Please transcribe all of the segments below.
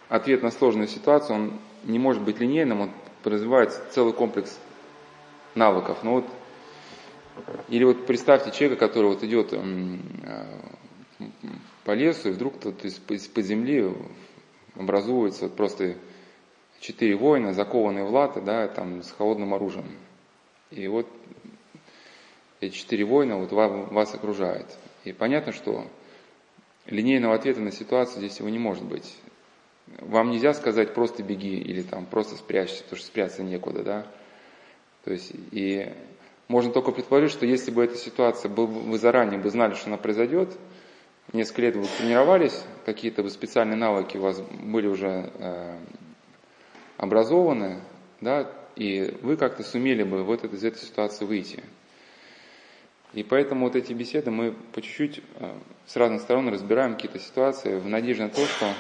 ответ на сложную ситуацию, он не может быть линейным, он подразумевает целый комплекс навыков. Ну вот, или вот представьте человека, который вот идет по лесу, и вдруг тут из-под земли образуется вот просто 4 воина, закованные в латы, да, там, с холодным оружием. И вот эти 4 воина вот вас окружают. И понятно, что линейного ответа на ситуацию здесь его не может быть. Вам нельзя сказать просто беги или там просто спрячься, потому что спрятаться некуда, да. То есть, и можно только предположить, что если бы эта ситуация, вы заранее бы знали, что она произойдет, несколько лет вы тренировались, какие-то бы специальные навыки у вас были уже образованы, да, и вы как-то сумели бы вот из этой ситуации выйти. И поэтому вот эти беседы мы по чуть-чуть с разных сторон разбираем какие-то ситуации в надежде на то, что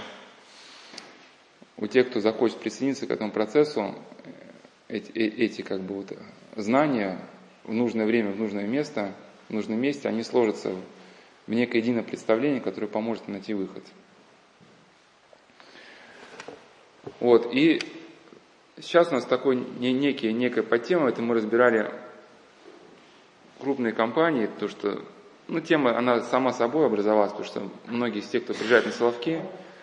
у тех, кто захочет присоединиться к этому процессу, эти как бы вот знания в нужное время, в нужное место, в нужном месте, они сложатся в некое единое представление, которое поможет найти выход. Вот, и сейчас у нас такой некая подтема, это мы разбирали крупные компании, то что, тема, она сама собой образовалась, потому что многие из тех, кто приезжает на Соловки,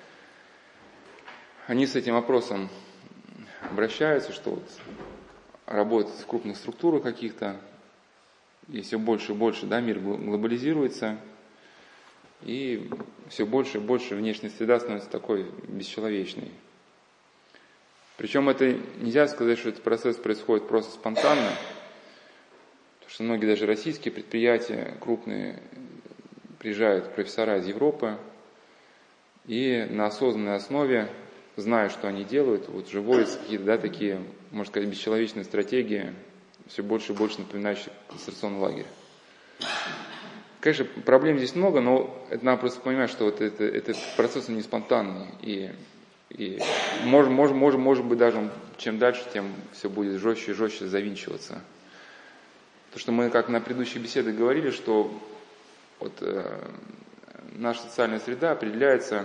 они с этим вопросом обращаются, что вот работают в крупных структурах каких-то, и все больше и больше, да, мир глобализируется, и все больше и больше внешняя среда становится такой бесчеловечной. Причем это нельзя сказать, что этот процесс происходит просто спонтанно, потому что многие даже российские предприятия крупные приезжают профессора из Европы, и на осознанной основе, зная, что они делают, вот уже вводятся какие-то, да, такие, можно сказать, бесчеловечные стратегии, все больше и больше напоминающие концентрационный лагерь. Конечно, проблем здесь много, но это надо просто понимать, что вот этот процесс он не спонтанный. И может быть, даже чем дальше, тем все будет жестче и жестче завинчиваться. То, что мы, как на предыдущих беседах говорили, что вот, наша социальная среда определяется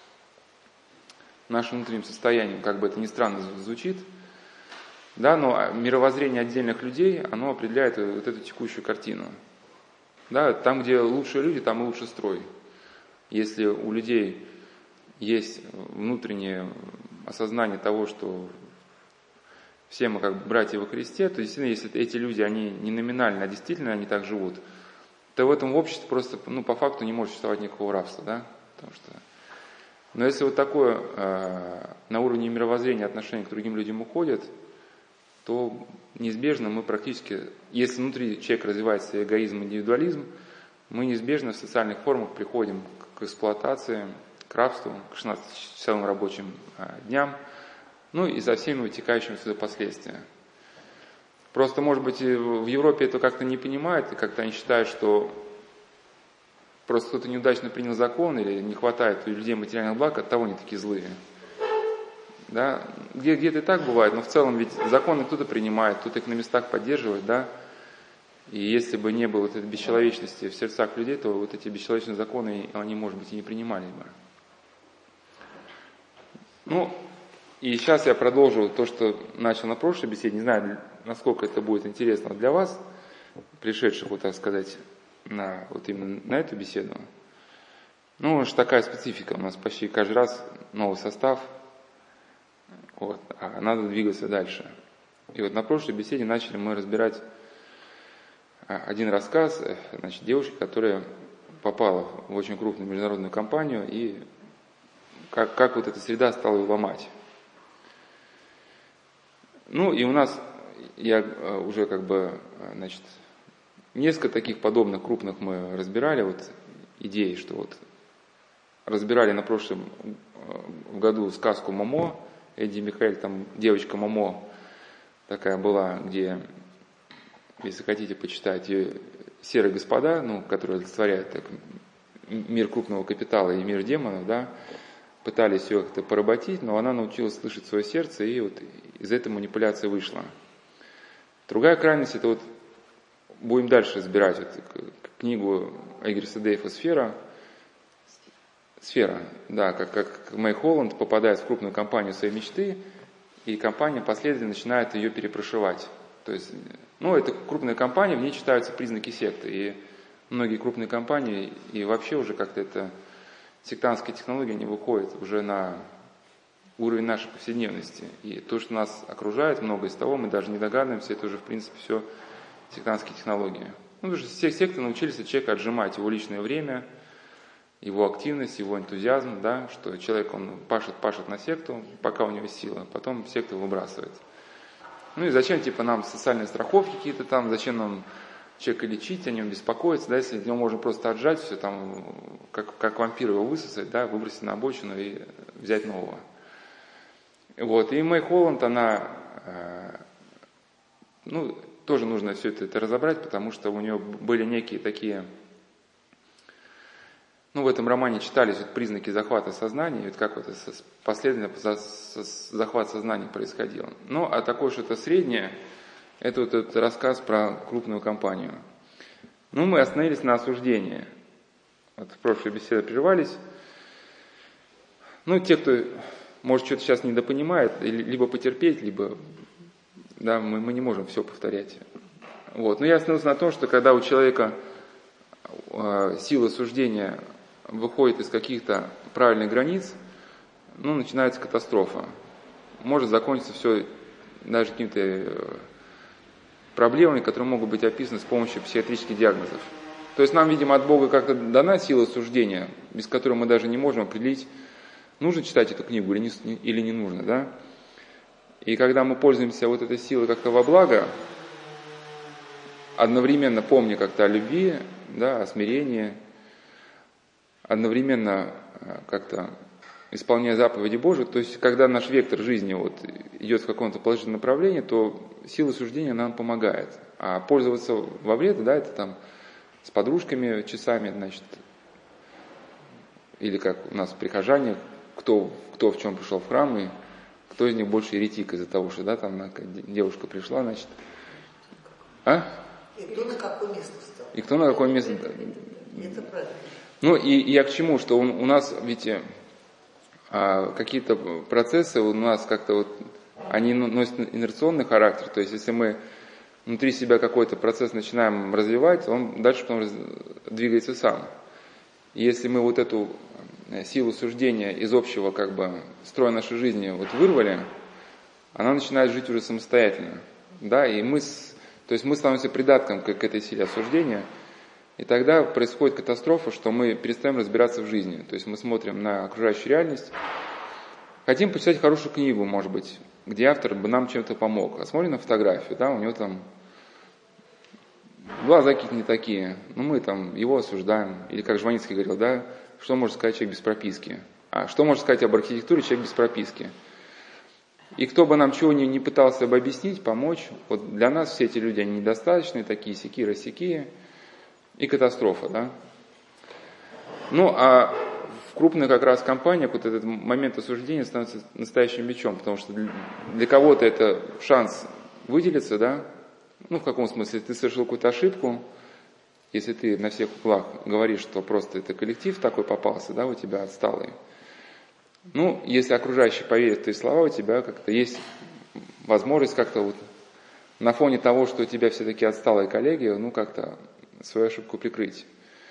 нашим внутренним состоянием, как бы это ни странно звучит, да, но мировоззрение отдельных людей, оно определяет вот эту текущую картину. Да, там, где лучшие люди, там и лучший строй. Если у людей есть внутреннее осознание того, что все мы как братья во Христе, то действительно, если эти люди, они не номинально, а действительно они так живут, то в этом обществе просто, по факту не может существовать никакого рабства, да, потому что... Но если вот такое на уровне мировоззрения отношение к другим людям уходит, то неизбежно мы практически, если внутри человека развивается эгоизм, индивидуализм, мы неизбежно в социальных формах приходим к эксплуатации, к рабству, к 16-часовым рабочим дням, и со всеми вытекающими отсюда последствия. Просто, может быть, в Европе это как-то не понимают, и как-то они считают, что просто кто-то неудачно принял закон, или не хватает у людей материальных благ, от того они такие злые. Да? Где-то и так бывает, но в целом ведь законы кто-то принимает, кто-то их на местах поддерживает, да? И если бы не было вот этой бесчеловечности в сердцах людей, то вот эти бесчеловечные законы, они, может быть, и не принимались бы. И сейчас я продолжу то, что начал на прошлой беседе. Не знаю, насколько это будет интересно для вас, пришедших, вот так сказать, именно на эту беседу. Уж такая специфика у нас почти каждый раз новый состав. А надо двигаться дальше. И вот на прошлой беседе начали мы разбирать один рассказ, девушки, которая попала в очень крупную международную компанию, и как вот эта среда стала ее ломать. И у нас, я уже несколько таких подобных крупных мы разбирали, идеи, что разбирали на прошлом году сказку «Момо», Эдди Михаэль, там девочка Момо такая была, где, если хотите почитать, ее серые господа, которые олицетворяют мир крупного капитала и мир демонов, да, пытались ее как-то поработить, но она научилась слышать свое сердце, и из этой манипуляции вышла. Другая крайность, это будем дальше разбирать книгу Эггерса Дейфа «Сфера», сфера, да, как Мэй Холланд попадает в крупную компанию своей мечты, и компания последовательно начинает ее перепрошивать. То есть, это крупная компания, в ней читаются признаки секты, и многие крупные компании, и вообще уже как-то это сектантские технологии, они выходят уже на уровень нашей повседневности. И то, что нас окружает, много из того, мы даже не догадываемся, это уже, в принципе, все сектантские технологии. Потому что все секты научились от человека отжимать его личное время, его активность, его энтузиазм, да, что человек, он пашет на секту, пока у него сила, потом секта выбрасывает. И зачем, нам социальные страховки какие-то там, зачем нам человека лечить, о нем беспокоиться, да, если его можно просто отжать, все там, как вампир его высосать, да, выбросить на обочину и взять нового. И Мэй Холланд, она, тоже нужно все это разобрать, потому что у нее были некие такие, в этом романе читались признаки захвата сознания, как последовательно захват сознания происходил. А такое что-то среднее, это этот рассказ про крупную компанию. Мы остановились на осуждении. В прошлой беседе прервались. Те, кто, может, что-то сейчас недопонимает, либо потерпеть, либо, да, мы не можем все повторять. Но я остановился на том, что когда у человека сила суждения выходит из каких-то правильных границ, начинается катастрофа. Может закончиться все даже какими-то проблемами, которые могут быть описаны с помощью психиатрических диагнозов. То есть нам, видимо, от Бога как-то дана сила суждения, без которой мы даже не можем определить, нужно читать эту книгу или не нужно, да? И когда мы пользуемся этой силой как-то во благо, одновременно помня как-то о любви, да, о смирении, одновременно как-то исполняя заповеди Божьи, то есть когда наш вектор жизни идет в каком-то положительном направлении, то сила суждения нам помогает. А пользоваться во вред, да, это там с подружками часами, значит, или как у нас прихожане, кто в чем пришел в храм, и кто из них больше еретик из-за того, что, да, там девушка пришла, значит. И кто на какое место стал. И кто на какое место. Это правильно. И я к чему, что у нас, видите, какие-то процессы у нас как-то они носят инерционный характер, то есть если мы внутри себя какой-то процесс начинаем развивать, он дальше потом двигается сам. И если мы эту силу суждения из общего строя нашей жизни вырвали, она начинает жить уже самостоятельно, да, и мы становимся придатком к этой силе осуждения. И тогда происходит катастрофа, что мы перестаем разбираться в жизни. То есть мы смотрим на окружающую реальность, хотим почитать хорошую книгу, может быть, где автор бы нам чем-то помог. А смотрим на фотографию, да, у него там глаза какие-то не такие, мы его осуждаем. Или как Жваницкий говорил, да, что может сказать человек без прописки? А что может сказать об архитектуре человек без прописки? И кто бы нам чего не пытался бы объяснить, помочь, для нас все эти люди, они недостаточные, такие сякие-рассякие, и катастрофа, да. А в крупных как раз компаниях этот момент осуждения становится настоящим бичом, потому что для кого-то это шанс выделиться, да, в каком смысле, ты совершил какую-то ошибку, если ты на всех углах говоришь, что просто это коллектив такой попался, да, у тебя отсталый. Если окружающие поверят в твои слова, у тебя как-то есть возможность как-то на фоне того, что у тебя все такие отсталые коллеги, как-то свою ошибку прикрыть.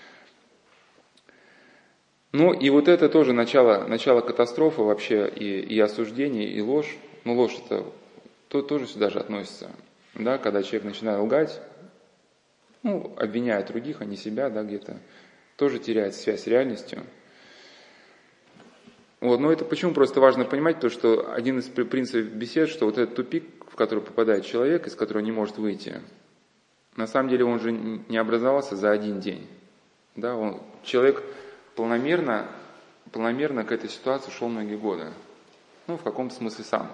И это тоже начало катастрофы вообще, и осуждение, и ложь. Ложь это тоже сюда же относится, да, когда человек начинает лгать, обвиняя других, а не себя, да, где-то, тоже теряет связь с реальностью. Но это почему просто важно понимать, то, что один из принципов бесед, что этот тупик, в который попадает человек, из которого не может выйти, на самом деле он же не образовался за один день. Да, человек планомерно к этой ситуации шел многие годы. В каком-то смысле сам.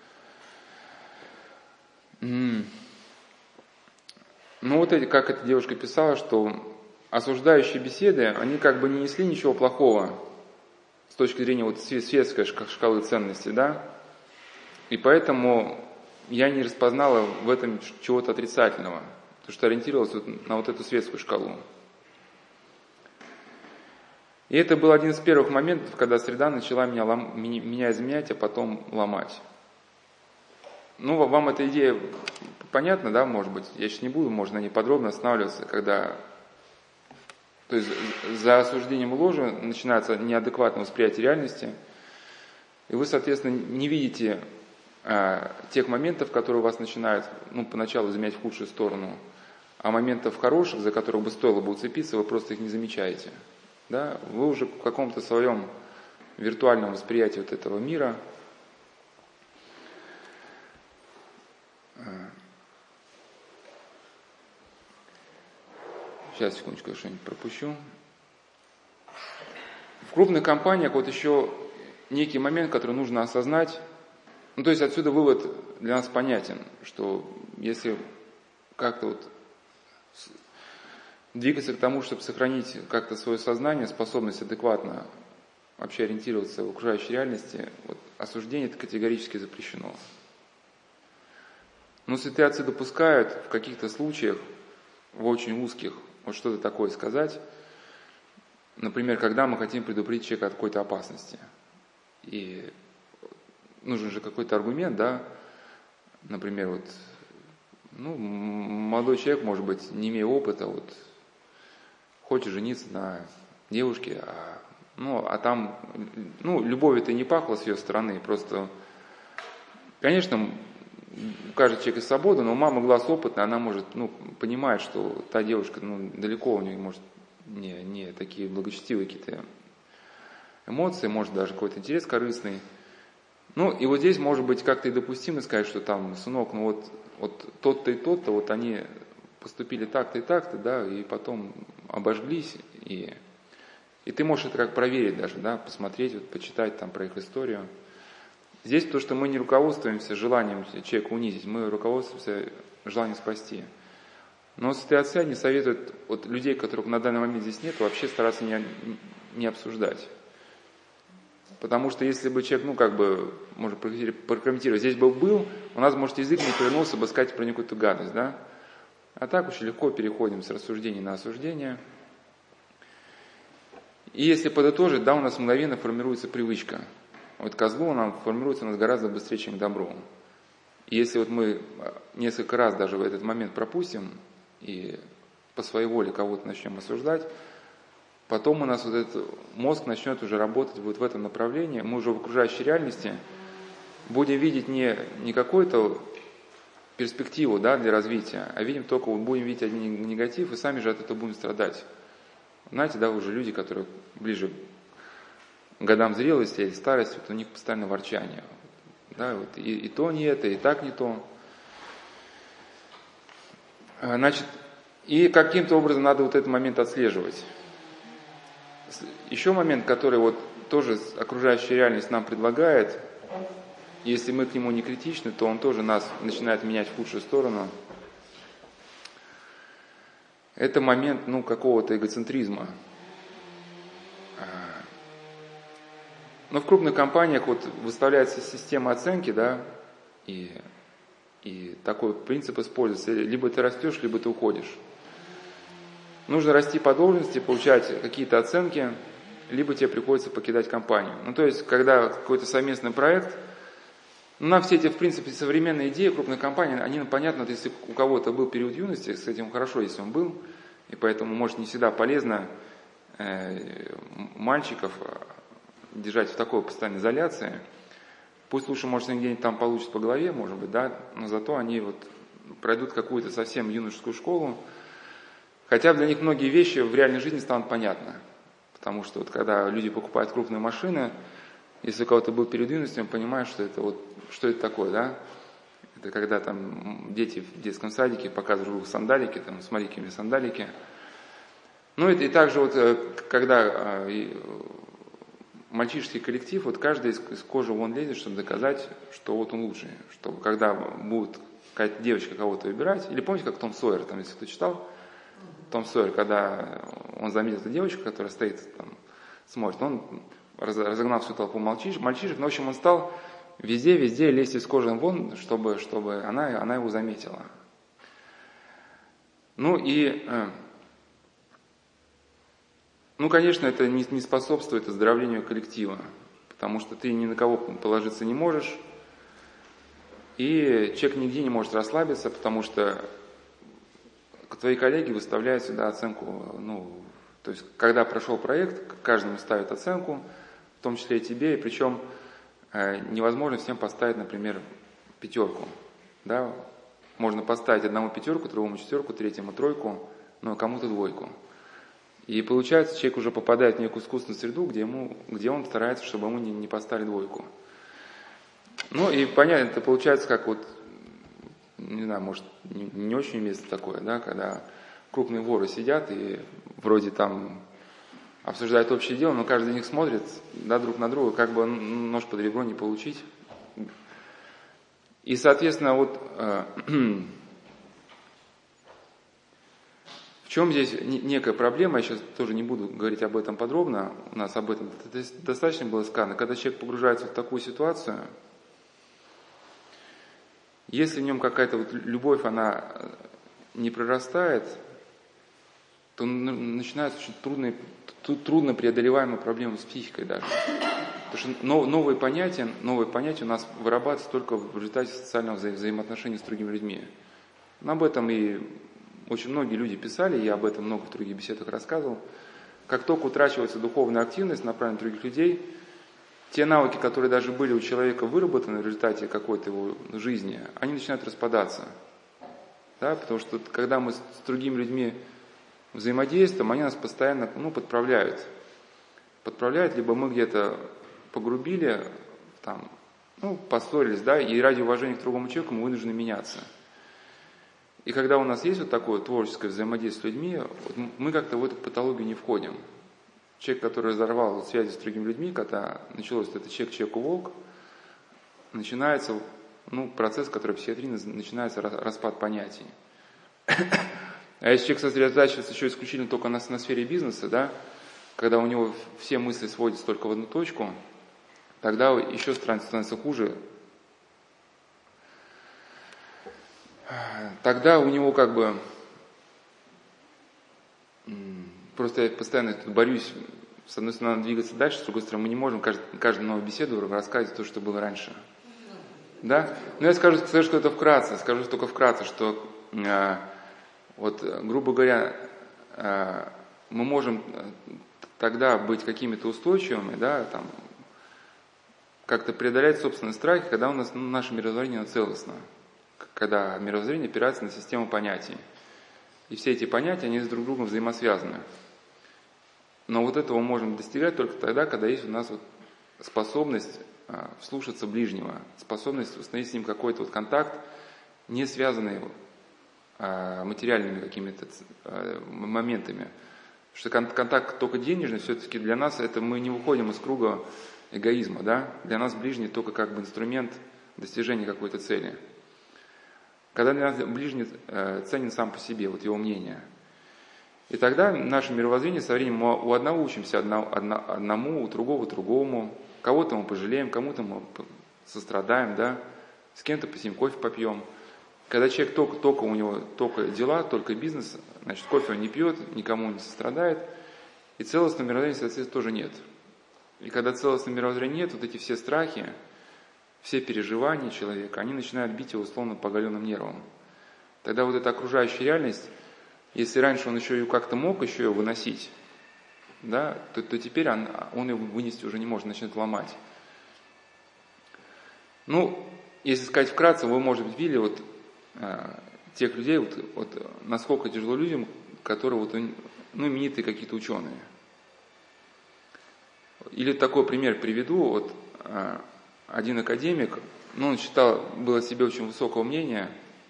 Как эта девушка писала, что осуждающие беседы, они не несли ничего плохого с точки зрения светской шкалы ценностей, да, и поэтому я не распознала в этом чего-то отрицательного, потому что ориентировалась на эту светскую шкалу. И это был один из первых моментов, когда среда начала меня изменять, а потом ломать. Ну, вам эта идея понятна, да, может быть? Я сейчас не буду, можно не подробно останавливаться, когда... То есть за осуждением ложи начинается неадекватное восприятие реальности, и вы, соответственно, не видите тех моментов, которые вас начинают, поначалу изменять в худшую сторону, а моментов хороших, за которых бы стоило бы уцепиться, вы просто их не замечаете. Да? Вы уже в каком-то своем виртуальном восприятии вот этого мира. Сейчас, секундочку, я что-нибудь пропущу. В крупных компаниях вот еще некий момент, который нужно осознать. То есть отсюда вывод для нас понятен, что если как-то вот двигаться к тому, чтобы сохранить как-то свое сознание, способность адекватно вообще ориентироваться в окружающей реальности, вот, осуждение это категорически запрещено. Но святые допускают в каких-то случаях, в очень узких, вот что-то такое сказать, например, когда мы хотим предупредить человека от какой-то опасности. И нужен же какой-то аргумент, да, например, вот, молодой человек, может быть, не имея опыта, вот, хочет жениться на девушке, а там, любовью-то не пахло с ее стороны, просто, конечно, каждый человек из свободы, но мама глаз опытная, она может, понимает, что та девушка, далеко у нее, может, не такие благочестивые какие-то эмоции, может, даже какой-то интерес корыстный. И вот здесь, может быть, как-то и допустимо сказать, что там, сынок, вот тот-то и тот-то, вот они поступили так-то и так-то, да, и потом обожглись, и ты можешь это как проверить даже, да, посмотреть, вот, почитать там про их историю. Здесь то, что мы не руководствуемся желанием человека унизить, мы руководствуемся желанием спасти. Но святые отцы, они советуют вот людей, которых на данный момент здесь нет, вообще стараться не обсуждать. Потому что если бы человек, можно прокомментировать, здесь был, у нас, может, язык не повернулся бы сказать про какую-то гадость, да? А так очень легко переходим с рассуждения на осуждение. И если подытожить, да, у нас мгновенно формируется привычка. Вот ко злу нам формируется у нас гораздо быстрее, чем к добру. И если вот мы несколько раз даже в этот момент пропустим и по своей воле кого-то начнем осуждать, потом у нас вот этот мозг начнет уже работать вот в этом направлении. Мы уже в окружающей реальности будем видеть не какую-то перспективу, да, для развития, а видим только, будем видеть один негатив и сами же от этого будем страдать. Знаете, да, уже люди, которые ближе к годам зрелости или старости, вот у них постоянно ворчание. Да, вот и то не это, и так не то. Значит, и каким-то образом надо вот этот момент отслеживать. Еще момент, который вот тоже окружающая реальность нам предлагает, если мы к нему не критичны, то он тоже нас начинает менять в худшую сторону. Это момент, какого-то эгоцентризма. Но в крупных компаниях вот выставляется система оценки, да, и такой принцип используется. Либо ты растешь, либо ты уходишь. Нужно расти по должности, получать какие-то оценки, либо тебе приходится покидать компанию. То есть, когда какой-то совместный проект, нам все эти, в принципе, современные идеи крупных компаний, они, понятно, если у кого-то был период юности, с этим хорошо, если он был, и поэтому, может, не всегда полезно мальчиков держать в такой постоянной изоляции. Пусть лучше, может, они где-нибудь там получат по голове, может быть, да, но зато они вот пройдут какую-то совсем юношескую школу, хотя для них многие вещи в реальной жизни станут понятны. Потому что вот когда люди покупают крупные машины, если у кого-то был период юности, он понимает, что это такое, да? Это когда там дети в детском садике показывают сандалики, там, смотри, какие у меня сандалики. И также вот, когда мальчишеский коллектив, вот каждый из кожи вон лезет, чтобы доказать, что вот он лучший. Чтобы когда будет какая-то девочка кого-то выбирать, или помните, как Том Сойер, там, если кто читал, Том Сойер, когда он заметил эту девочку, которая стоит там, смотрит, он разогнал всю толпу мальчишек, в общем, он стал везде лезть из кожи вон, чтобы она его заметила. Ну, конечно, это не способствует оздоровлению коллектива, потому что ты ни на кого положиться не можешь, и человек нигде не может расслабиться, потому что твои коллеги выставляют всегда оценку, то есть, когда прошел проект, каждому ставят оценку, в том числе и тебе, и причем невозможно всем поставить, например, 5, да, можно поставить одному 5, другому 4, третьему 3, но кому-то 2. И получается, человек уже попадает в некую искусственную среду, где он старается, чтобы ему не поставили 2. Ну и понятно, это получается как не знаю, может, не очень уместно такое, да, когда крупные воры сидят и вроде там обсуждают общее дело, но каждый из них смотрит, да, друг на друга, как бы нож под ребро не получить. И, соответственно, в чем здесь некая проблема, я сейчас тоже не буду говорить об этом подробно, у нас об этом достаточно было сказано, когда человек погружается в такую ситуацию, если в нем какая-то любовь, она не прорастает, то начинаются очень трудно преодолеваемые проблемы с психикой даже. Потому что новые понятия у нас вырабатываются только в результате социального взаимоотношения с другими людьми. Но об этом и очень многие люди писали, я об этом много в других беседах рассказывал. Как только утрачивается духовная активность, направленная на других людей, те навыки, которые даже были у человека выработаны в результате какой-то его жизни, они начинают распадаться. Да? Потому что когда мы с другими людьми взаимодействуем, они нас постоянно подправляют. Подправляют, либо мы где-то погрубили, поссорились, да, и ради уважения к другому человеку мы вынуждены меняться. И когда у нас есть такое творческое взаимодействие с людьми, мы как-то в эту патологию не входим. Человек, который разорвал связи с другими людьми, когда началось это человеку волк, начинается процесс, который в психиатрии начинается распад понятий. А если человек сосредотачивается еще исключительно только на сфере бизнеса, да, когда у него все мысли сводятся только в одну точку, тогда еще становится хуже. Тогда у него просто я постоянно тут борюсь, с одной стороны, надо двигаться дальше, с другой стороны, мы не можем каждую новую беседу рассказывать то, что было раньше. Да? Но я скажу что это вкратце, что грубо говоря, мы можем тогда быть какими-то устойчивыми, да, как-то преодолеть собственные страхи, когда у нас наше мировоззрение целостно, когда мировоззрение опирается на систему понятий. И все эти понятия, они с друг другом взаимосвязаны. Но этого мы можем достигать только тогда, когда есть у нас способность вслушаться ближнего, способность установить с ним какой-то контакт, не связанный материальными какими-то моментами. Потому что контакт только денежный, все-таки для нас мы не выходим из круга эгоизма, да? Для нас ближний только инструмент достижения какой-то цели. Когда для нас ближний ценен сам по себе, его мнение. И тогда наше мировоззрение со временем мы у одного учимся одному, у другого другому. Кого-то мы пожалеем, кому-то мы сострадаем, да? С кем-то посидим, кофе попьем. Когда человек только у него только дела, только бизнес, значит, кофе он не пьет, никому не сострадает. И целостного мировоззрения, соответственно, тоже нет. И когда целостного мировоззрения нет, эти все страхи, все переживания человека, они начинают бить его условно по оголенным нервам. Тогда эта окружающая реальность, если раньше он еще ее как-то мог еще ее выносить, да, то теперь он ее вынести уже не может, начнет ломать. Если сказать вкратце, вы, может быть, видели тех людей, насколько тяжело людям, которые именитые какие-то ученые. Или такой пример приведу. Один академик, он был о себе очень высокого мнения.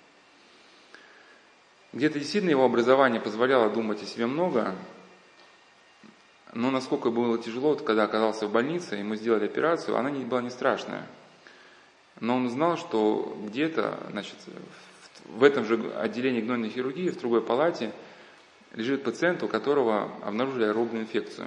Где-то действительно его образование позволяло думать о себе много, но насколько было тяжело, когда оказался в больнице, ему сделали операцию, она была не страшная. Но он знал, что где-то, в этом же отделении гнойной хирургии, в другой палате, лежит пациент, у которого обнаружили аэробную инфекцию.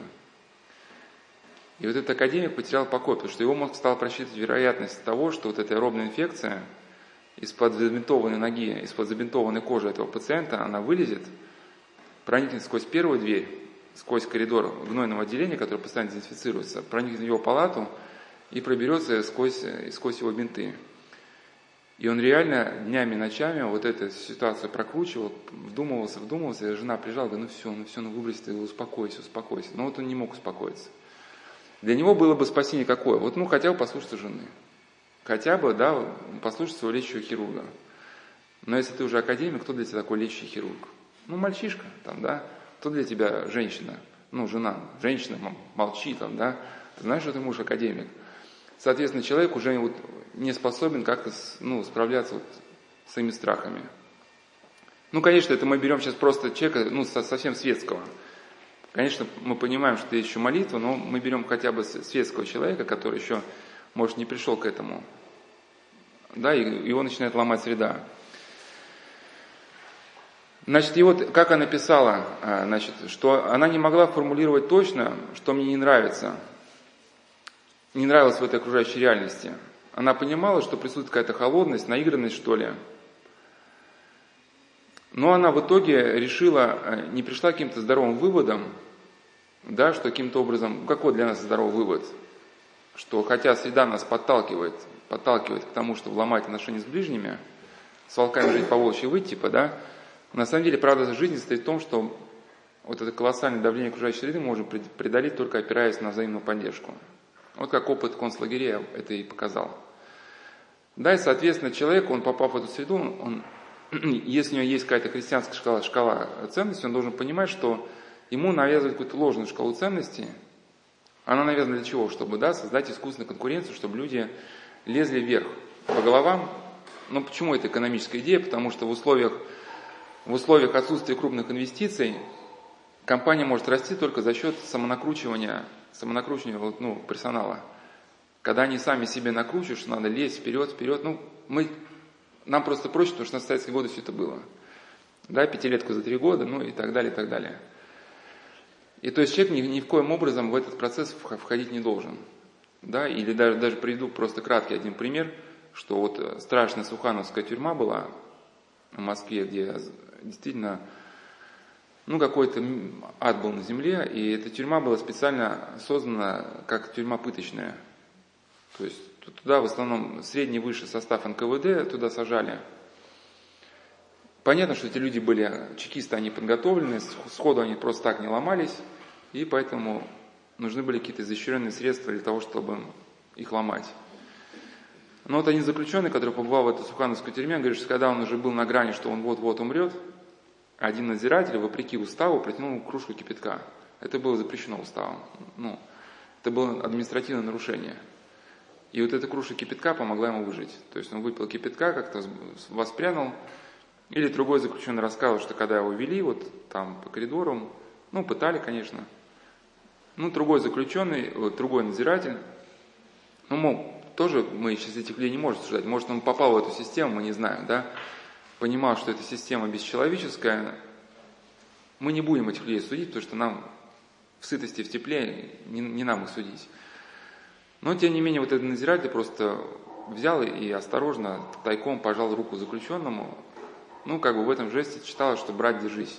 И этот академик потерял покой, потому что его мозг стал просчитывать вероятность того, что эта аэробная инфекция из-под забинтованной ноги, из-под забинтованной кожи этого пациента, она вылезет, проникнет сквозь первую дверь, сквозь коридор гнойного отделения, который постоянно дезинфицируется, проникнет в его палату и проберется сквозь его бинты. И он реально днями и ночами вот эту ситуацию прокручивал, вдумывался, и жена прижала, говорит, ну все, выбрось ты, успокойся. Но вот он не мог успокоиться. Для него было бы спасение какое? Вот, хотя бы послушаться жены. Хотя бы, послушать своего лечащего хирурга. Но если ты уже академик, кто для тебя такой лечащий хирург? Мальчишка, Кто для тебя женщина? Жена, женщина, молчи, Ты знаешь, что ты муж академик. Соответственно, человек уже не способен как-то справляться с своими страхами. Конечно, это мы берем сейчас просто человека, совсем светского. Конечно, мы понимаем, что есть еще молитва, но мы берем хотя бы светского человека, который еще, может, не пришел к этому. И его начинает ломать среда. И вот как она писала, что она не могла формулировать точно, что мне не нравится. Не нравилось в этой окружающей реальности. Она понимала, что присутствует какая-то холодность, наигранность, что ли. Но она в итоге не пришла к каким-то здоровым выводам, что каким-то образом, какой для нас здоровый вывод? Что хотя среда нас подталкивает к тому, чтобы ломать отношения с ближними, с волками жить по волчьи выйти, на самом деле правда жизни состоит в том, что вот это колоссальное давление окружающей среды мы можем преодолеть, только опираясь на взаимную поддержку. Вот как опыт концлагерей это и показал. И, соответственно, человек, он попав в эту среду, если у него есть какая-то христианская шкала ценностей, он должен понимать, что ему навязывают какую-то ложную шкалу ценностей. Она навязана для чего? Чтобы создать искусственную конкуренцию, чтобы люди лезли вверх по головам. Почему это экономическая идея? Потому что в условиях отсутствия крупных инвестиций компания может расти только за счет самонакручивания персонала. Когда они сами себе накручивают, что надо лезть вперед. Нам просто проще, потому что на советские годы все это было. Пятилетку за 3 года, и так далее, и так далее. И то есть человек ни в коем образом в этот процесс входить не должен. Или даже приведу просто краткий один пример, что вот страшная Сухановская тюрьма была в Москве, где действительно какой-то ад был на земле, и эта тюрьма была специально создана как тюрьма пыточная. То есть туда в основном средний высший состав НКВД туда сажали. Понятно, что эти люди были чекисты, они подготовлены, сходу они просто так не ломались, и поэтому нужны были какие-то изощренные средства для того, чтобы их ломать. Но вот один заключенный, который побывал в этой Сухановской тюрьме, говорит, что когда он уже был на грани, что он вот-вот умрет, один надзиратель, вопреки уставу, протянул кружку кипятка. Это было запрещено уставом. Это было административное нарушение. И вот эта кружка кипятка помогла ему выжить. То есть он выпил кипятка, как-то воспрянул. Или другой заключенный рассказывал, что когда его вели по коридору, пытали, конечно. Другой заключенный, другой надзиратель, тоже мы сейчас этих людей не можем осуждать. Может, он попал в эту систему, мы не знаем, Понимал, что эта система бесчеловеческая, мы не будем этих людей судить, потому что нам в сытости, в тепле не нам их судить. Но, тем не менее, вот этот надзиратель просто взял и осторожно, тайком пожал руку заключенному. В этом жесте читалось, что брат, держись.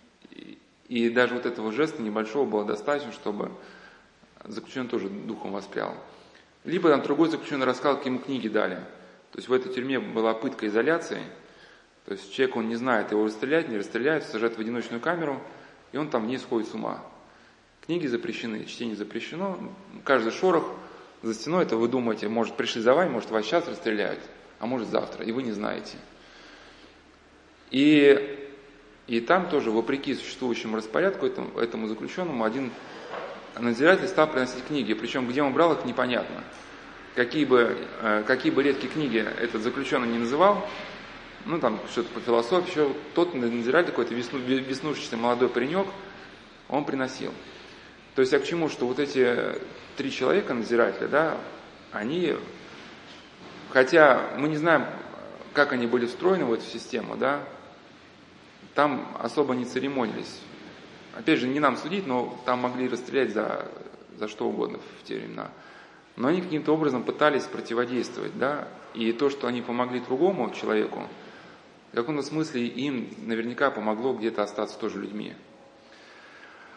И даже вот этого жеста небольшого было достаточно, чтобы заключенный тоже духом воспрял. Либо другой заключенный рассказал, как ему книги дали. То есть в этой тюрьме была пытка изоляции. То есть человек, он не знает, его расстреляют, не расстреляют, сажают в одиночную камеру, и он там в ней сходит с ума. Книги запрещены, чтение запрещено. Каждый шорох за стеной, это вы думаете, может, пришли за вами, может, вас сейчас расстреляют, а может, завтра, и вы не знаете. И там тоже, вопреки существующему распорядку, этому заключенному, один надзиратель стал приносить книги, причем где он брал их, непонятно. Какие бы редкие книги этот заключенный не называл, что-то по философии, еще тот надзиратель, какой-то веснушчатый молодой паренек, он приносил. То есть, к чему, что вот эти 3 человека надзирателя, они, хотя мы не знаем, как они были встроены в эту систему, там особо не церемонились. Опять же, не нам судить, но там могли расстрелять за что угодно в те времена. Но они каким-то образом пытались противодействовать, и то, что они помогли другому человеку, в каком-то смысле им наверняка помогло где-то остаться тоже людьми.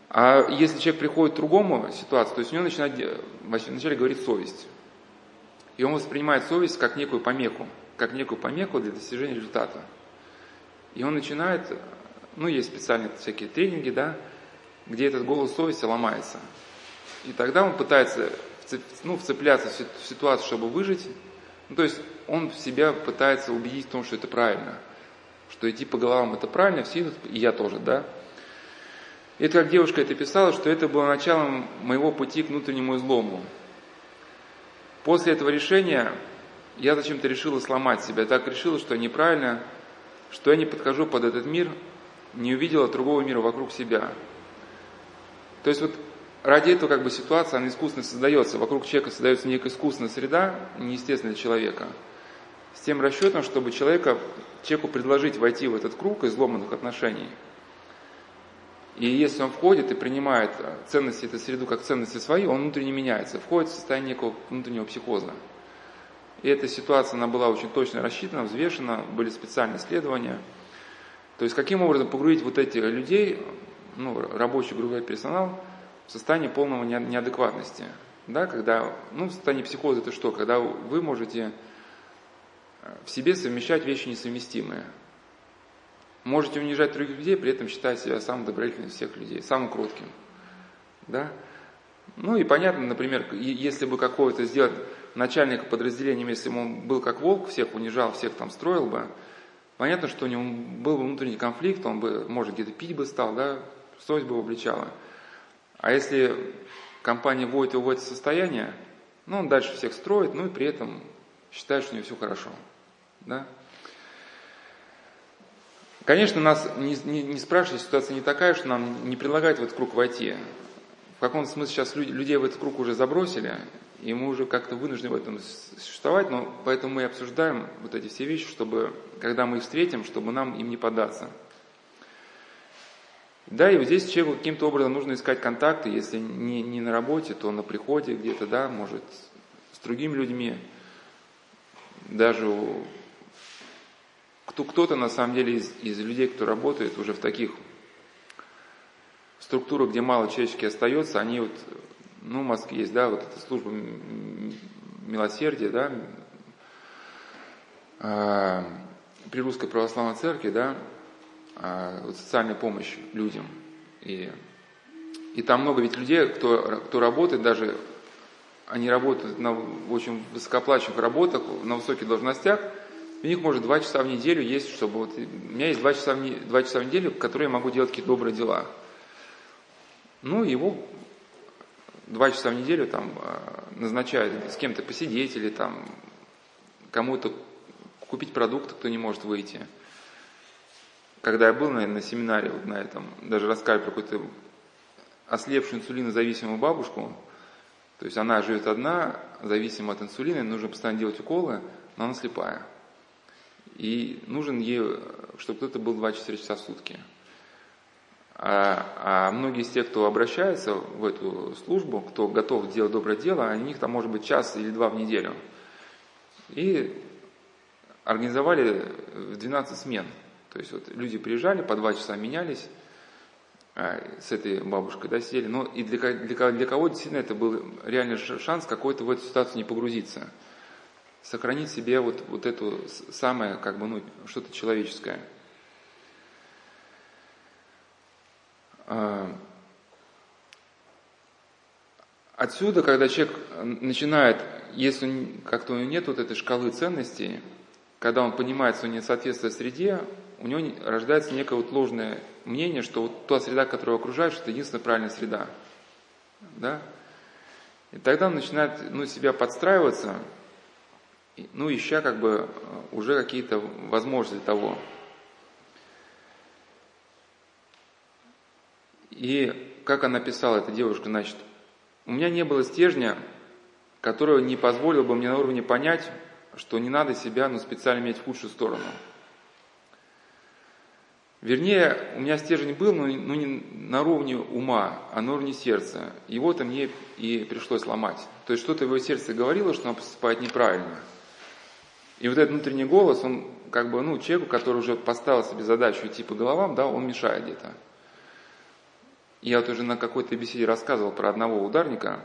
А если человек приходит к другому ситуации, то есть у него начинает вначале говорить совесть. И он воспринимает совесть как некую помеху для достижения результата. И он начинает, есть специальные всякие тренинги, да, где этот голос совести ломается. И тогда он пытается вцепляться в ситуацию, чтобы выжить. То есть он себя пытается убедить в том, что это правильно. Что идти по головам это правильно, все идут, и я тоже, да. Это как девушка это писала, что это было началом моего пути к внутреннему излому. После этого решения я зачем-то решила сломать себя. Я так решила, что неправильно, что я не подхожу под этот мир, не увидела другого мира вокруг себя. То есть ради этого ситуация, она искусственно создается. Вокруг человека создается некая искусственная среда, неестественная для человека. С тем расчетом, чтобы человеку предложить войти в этот круг изломанных отношений. И если он входит и принимает ценности этой среды как ценности свои, он внутренне меняется, входит в состояние некого внутреннего психоза. И эта ситуация, она была очень точно рассчитана, взвешена, были специальные исследования. То есть, каким образом погрузить этих людей, рабочий групповой персонал, в состояние полного неадекватности. Да, когда, в состоянии психоза это что? Когда вы можете в себе совмещать вещи несовместимые. Можете унижать других людей, при этом считая себя самым добродетельным из всех людей, самым кротким. Да? И понятно, например, если бы какого-то сделать начальника подразделения, если бы он был как волк, всех унижал, всех там строил бы, понятно, что у него был бы внутренний конфликт, он бы, может, где-то пить бы стал, да, совесть бы его обличала. А если компания вводит его в это состояние, он дальше всех строит, и при этом считает, что у него все хорошо. Да? Конечно, нас не спрашивают, ситуация не такая, что нам не предлагают в этот круг войти. В каком-то смысле сейчас людей в этот круг уже забросили, и мы уже как-то вынуждены в этом существовать, но поэтому мы и обсуждаем эти все вещи, чтобы, когда мы их встретим, чтобы нам им не поддаться. Да, и здесь человеку каким-то образом нужно искать контакты, если не на работе, то на приходе где-то, да, может, с другими людьми, даже кто-то на самом деле из людей, кто работает уже в таких структурах, где мало человечески остается, они в Москве есть, да, эта служба милосердия, да, при Русской Православной Церкви, да, социальная помощь людям. И там много ведь людей, кто работает, даже они работают на очень высокооплачиваемых работах, на высоких должностях, у них может 2 часа в неделю есть, чтобы у меня есть 2 часа в неделю, в которые я могу делать какие-то добрые дела. Его 2 часа в неделю там назначают с кем-то посидеть или там кому-то купить продукты, кто не может выйти. Когда я был на семинаре, на этом, даже рассказывали про какую-то ослепшую инсулинозависимую бабушку, то есть она живет одна, зависима от инсулина, нужно постоянно делать уколы, но она слепая. И нужен ей, чтобы кто-то был 24 часа в сутки. А многие из тех, кто обращается в эту службу, кто готов делать доброе дело, у них там может быть 1 или 2 в неделю. И организовали в 12 смен. То есть люди приезжали, по 2 часа менялись с этой бабушкой, да, сидели. Но и для кого действительно это был реальный шанс какой-то в эту ситуацию не погрузиться. Сохранить себе вот эту самое, что-то человеческое. Отсюда, когда человек начинает, если как-то у него нет этой шкалы ценностей, когда он понимает, что он не соответствует среде, у него рождается некое ложное мнение, что та среда, которая его окружает, что это единственная правильная среда. Да? И тогда он начинает себя подстраиваться, ища уже какие-то возможности того. И как она писала, эта девушка, значит, у меня не было стержня, который не позволил бы мне на уровне понять, что не надо себя специально менять в худшую сторону. Вернее, у меня стержень был, но не на уровне ума, а на уровне сердца. Его-то мне и пришлось ломать. То есть что-то в его сердце говорило, что он поступает неправильно. И этот внутренний голос, он человеку, который уже поставил себе задачу идти по головам, да, он мешает где-то. Я вот уже на какой-то беседе рассказывал про одного ударника.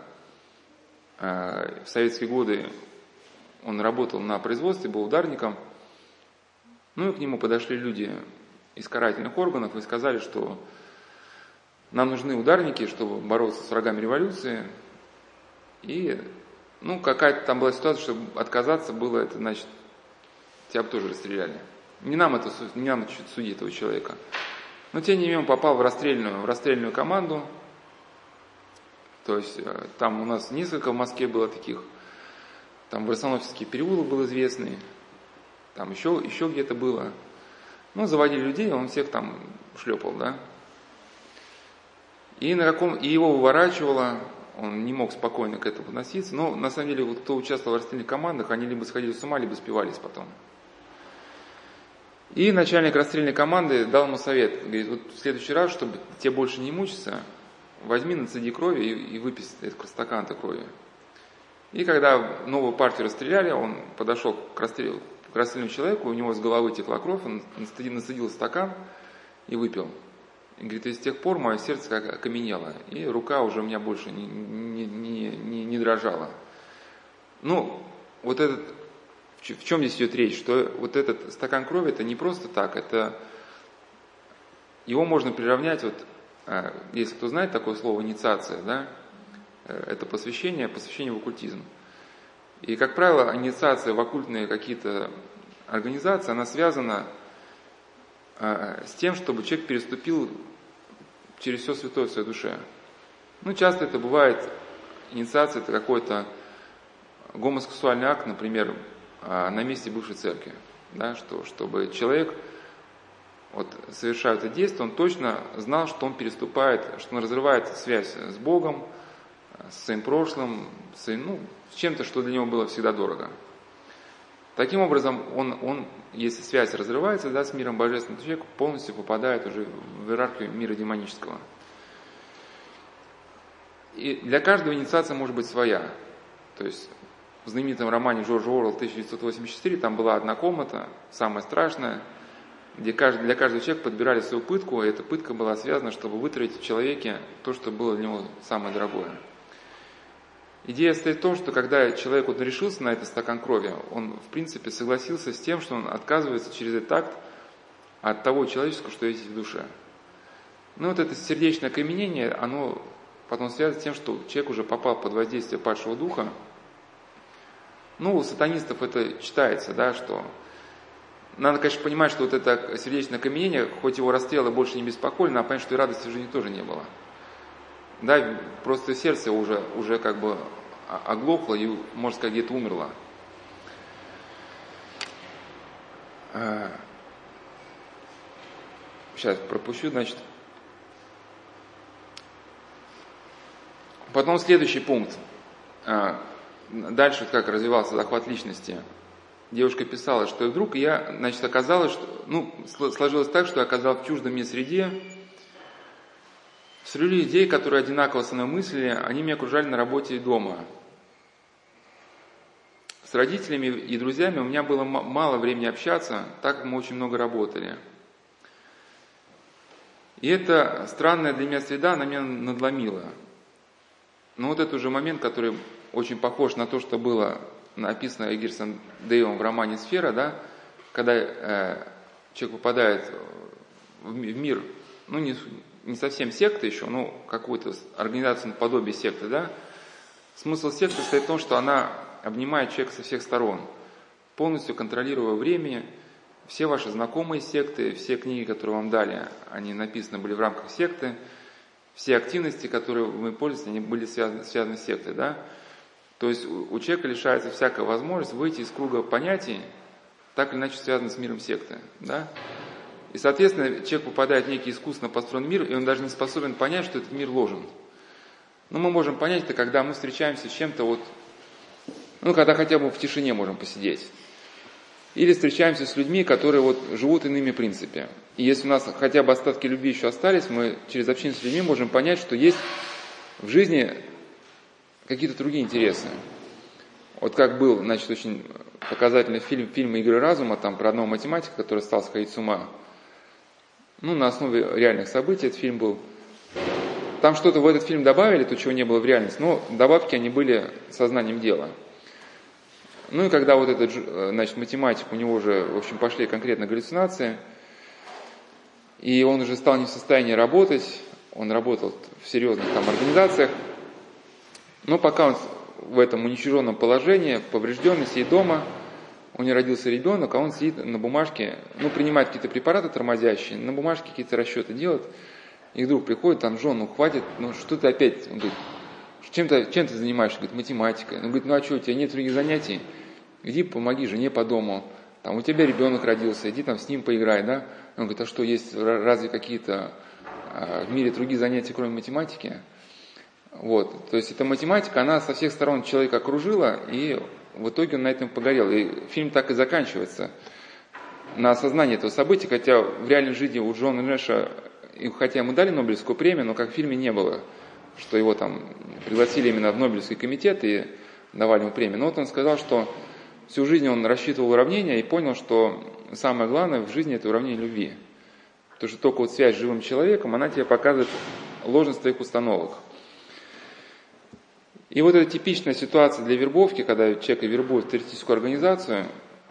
В советские годы он работал на производстве, был ударником. Ну и к нему подошли люди из карательных органов и сказали, что нам нужны ударники, чтобы бороться с врагами революции. И, какая-то там была ситуация, чтобы отказаться было, это значит, тебя бы тоже расстреляли. Не нам судить этого человека. Но тем не менее он попал в расстрельную команду. То есть там у нас несколько в Москве было таких. Там Варсонофьевский переулок был известный. Там еще где-то было. Заводили людей, он всех там шлепал, да. И его выворачивало, он не мог спокойно к этому относиться. Но на самом деле, кто участвовал в расстрельных командах, они либо сходили с ума, либо спивались потом. И начальник расстрельной команды дал ему совет. Говорит, вот в следующий раз, чтобы тебе больше не мучиться, возьми, нацеди крови и выпей этот стакан крови. И когда новую партию расстреляли, он подошел к расстрельному человеку, у него с головы текла кровь, он нацедил стакан и выпил. И говорит, и с тех пор мое сердце как окаменело, и рука уже у меня больше не дрожала. В чем здесь идет речь? Что вот этот стакан крови, это не просто так, это его можно приравнять, если кто знает такое слово инициация, да, это посвящение в оккультизм. И, как правило, инициация в оккультные какие-то организации, она связана с тем, чтобы человек переступил через все святое в своей душе. Часто это бывает, инициация это какой-то гомосексуальный акт, например, на месте бывшей церкви, да, чтобы человек, совершая это действие, он точно знал, что он переступает, что он разрывает связь с Богом, с своим прошлым, с чем-то, что для него было всегда дорого. Таким образом, он если связь разрывается, да, с миром божественным, то человек полностью попадает уже в иерархию мира демонического. И для каждого инициация может быть своя. То есть в знаменитом романе Джорджа Оруэлла 1984 там была одна комната, самая страшная, где для каждого человека подбирали свою пытку, и эта пытка была связана, чтобы вытравить в человеке то, что было для него самое дорогое. Идея стоит в том, что когда человек решился на этот стакан крови, он в принципе согласился с тем, что он отказывается через этот акт от того человеческого, что есть в душе. Это сердечное окаменение, оно потом связано с тем, что человек уже попал под воздействие падшего духа. У сатанистов это читается, да, что надо, конечно, понимать, что это сердечное окаменение, хоть его расстрелы больше не беспокоили, надо понять, что и радости в жизни тоже не было. Да, просто сердце уже как бы оглохло и, можно сказать, где-то умерло. Сейчас пропущу, значит. Потом следующий пункт. Дальше как развивался захват личности. Девушка писала, что вдруг оказалось, что, сложилось так, что я оказался в чуждой мне среде. Среди людей, которые одинаково со мной мыслили, они меня окружали на работе и дома. С родителями и друзьями у меня было мало времени общаться, так как мы очень много работали. И эта странная для меня среда, она меня надломила. Это уже момент, который очень похож на то, что было написано Эггерсом Дэйвом в романе «Сфера», да, когда человек попадает в мир, не совсем секта еще, какую-то организацию наподобие секты, да. Смысл секты состоит в том, что она обнимает человека со всех сторон, полностью контролируя время. Все ваши знакомые секты, все книги, которые вам дали, они написаны были в рамках секты. Все активности, которые вы пользуетесь, они были связаны с сектой, да. То есть у человека лишается всякая возможность выйти из круга понятий, так или иначе связанных с миром секты, да. И, соответственно, человек попадает в некий искусственно построенный мир, и он даже не способен понять, что этот мир ложен. Мы можем понять это, когда мы встречаемся с чем-то когда хотя бы в тишине можем посидеть. Или встречаемся с людьми, которые живут иными принципами. И если у нас хотя бы остатки любви еще остались, мы через общение с людьми можем понять, что есть в жизни какие-то другие интересы. Как был, очень показательный фильм «Игры разума», там про одного математика, который стал сходить с ума. На основе реальных событий этот фильм был. там что-то в этот фильм добавили, то, чего не было в реальности, но добавки, они были сознанием дела. Ну и когда вот этот, значит, математик, у него уже, в общем, пошли конкретно галлюцинации, и он уже стал не в состоянии работать, он работал в серьезных там организациях, но пока он в этом уничиженном положении, поврежденный, сидит дома, у него родился ребенок, а он сидит на бумажке, ну, принимает какие-то препараты тормозящие, на бумажке какие-то расчеты делает, и вдруг приходит, там, Джон, ну, хватит, ну, что ты опять, он говорит, чем ты занимаешься? Говорит, математикой. Он говорит, ну, а что, у тебя нет других занятий? Иди помоги жене по дому, там, у тебя ребенок родился, иди там с ним поиграй, да? Он говорит, а что, есть разве какие-то в мире другие занятия, кроме математики? Вот, то есть эта математика, она со всех сторон человека окружила, и в итоге он на этом погорел. И фильм так и заканчивается на осознании этого события, хотя в реальной жизни у Джона Нэша, хотя ему дали Нобелевскую премию, но как в фильме не было, что его там пригласили именно в Нобелевский комитет и давали ему премию. Но вот он сказал, что всю жизнь он рассчитывал уравнения и понял, что самое главное в жизни – это уравнение любви. Потому что только вот связь с живым человеком, она тебе показывает ложность твоих установок. И вот эта типичная ситуация для вербовки, когда человека вербуют в террористическую организацию,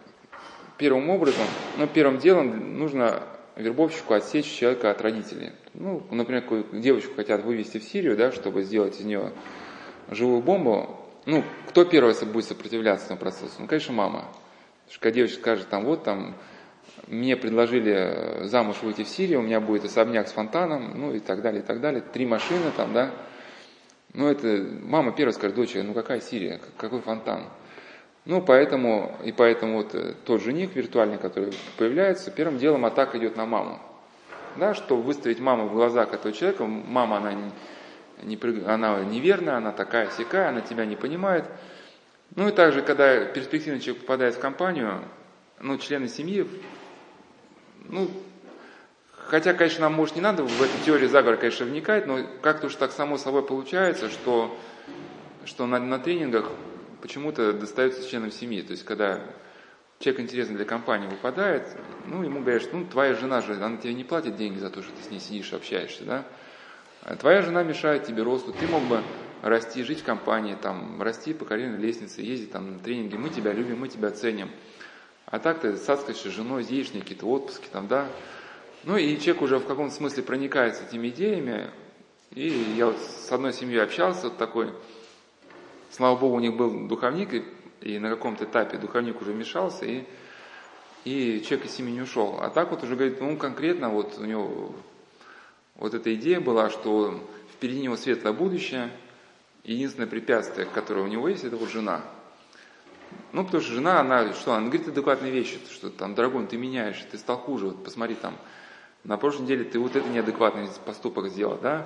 первым делом нужно вербовщику отсечь человека от родителей. Ну, например, какую девочку хотят вывести в Сирию, да, чтобы сделать из нее живую бомбу. Ну, кто первый будет сопротивляться этому процессу? Ну, конечно, мама. Потому что когда девочка скажет, мне предложили замуж выйти в Сирию, у меня будет особняк с фонтаном, ну и так далее, 3 машины там, да. Ну, это мама первая скажет, доча, ну какая Сирия, какой фонтан? Ну, поэтому вот тот жених виртуальный, который появляется, первым делом атака идет на маму. Да, чтобы выставить маму в глазах этого человека, мама, она неверная, она такая-сякая, она тебя не понимает. Ну и также, когда перспективный человек попадает в компанию, ну, члены семьи, ну, хотя, конечно, нам, может, не надо в эту теорию заговора, конечно, вникать, но как-то уж так само собой получается, что на тренингах почему-то достается членам семьи. То есть, когда человек интересный для компании выпадает, ну, ему говорят, что твоя жена же, она тебе не платит деньги за то, что ты с ней сидишь, общаешься, да? А твоя жена мешает тебе росту, ты мог бы расти, жить в компании, там, расти по карьерной лестнице, ездить там на тренинги, мы тебя любим, мы тебя ценим. А так ты цацкаешься с женой, едешь на какие-то отпуски, там, да? Ну и человек уже в каком-то смысле проникается этими идеями. И я вот с одной семьей общался, вот такой, слава богу, у них был духовник, и на каком-то этапе духовник уже вмешался, и человек из семьи не ушел. А так вот уже говорит, ну конкретно вот у него вот эта идея была, что впереди него светлое будущее, единственное препятствие, которое у него есть, это вот жена. Ну, потому что жена, она говорит адекватные вещи, что там, дорогой, ты меняешь, ты стал хуже, вот посмотри там, на прошлой неделе ты вот это неадекватный поступок сделал, да?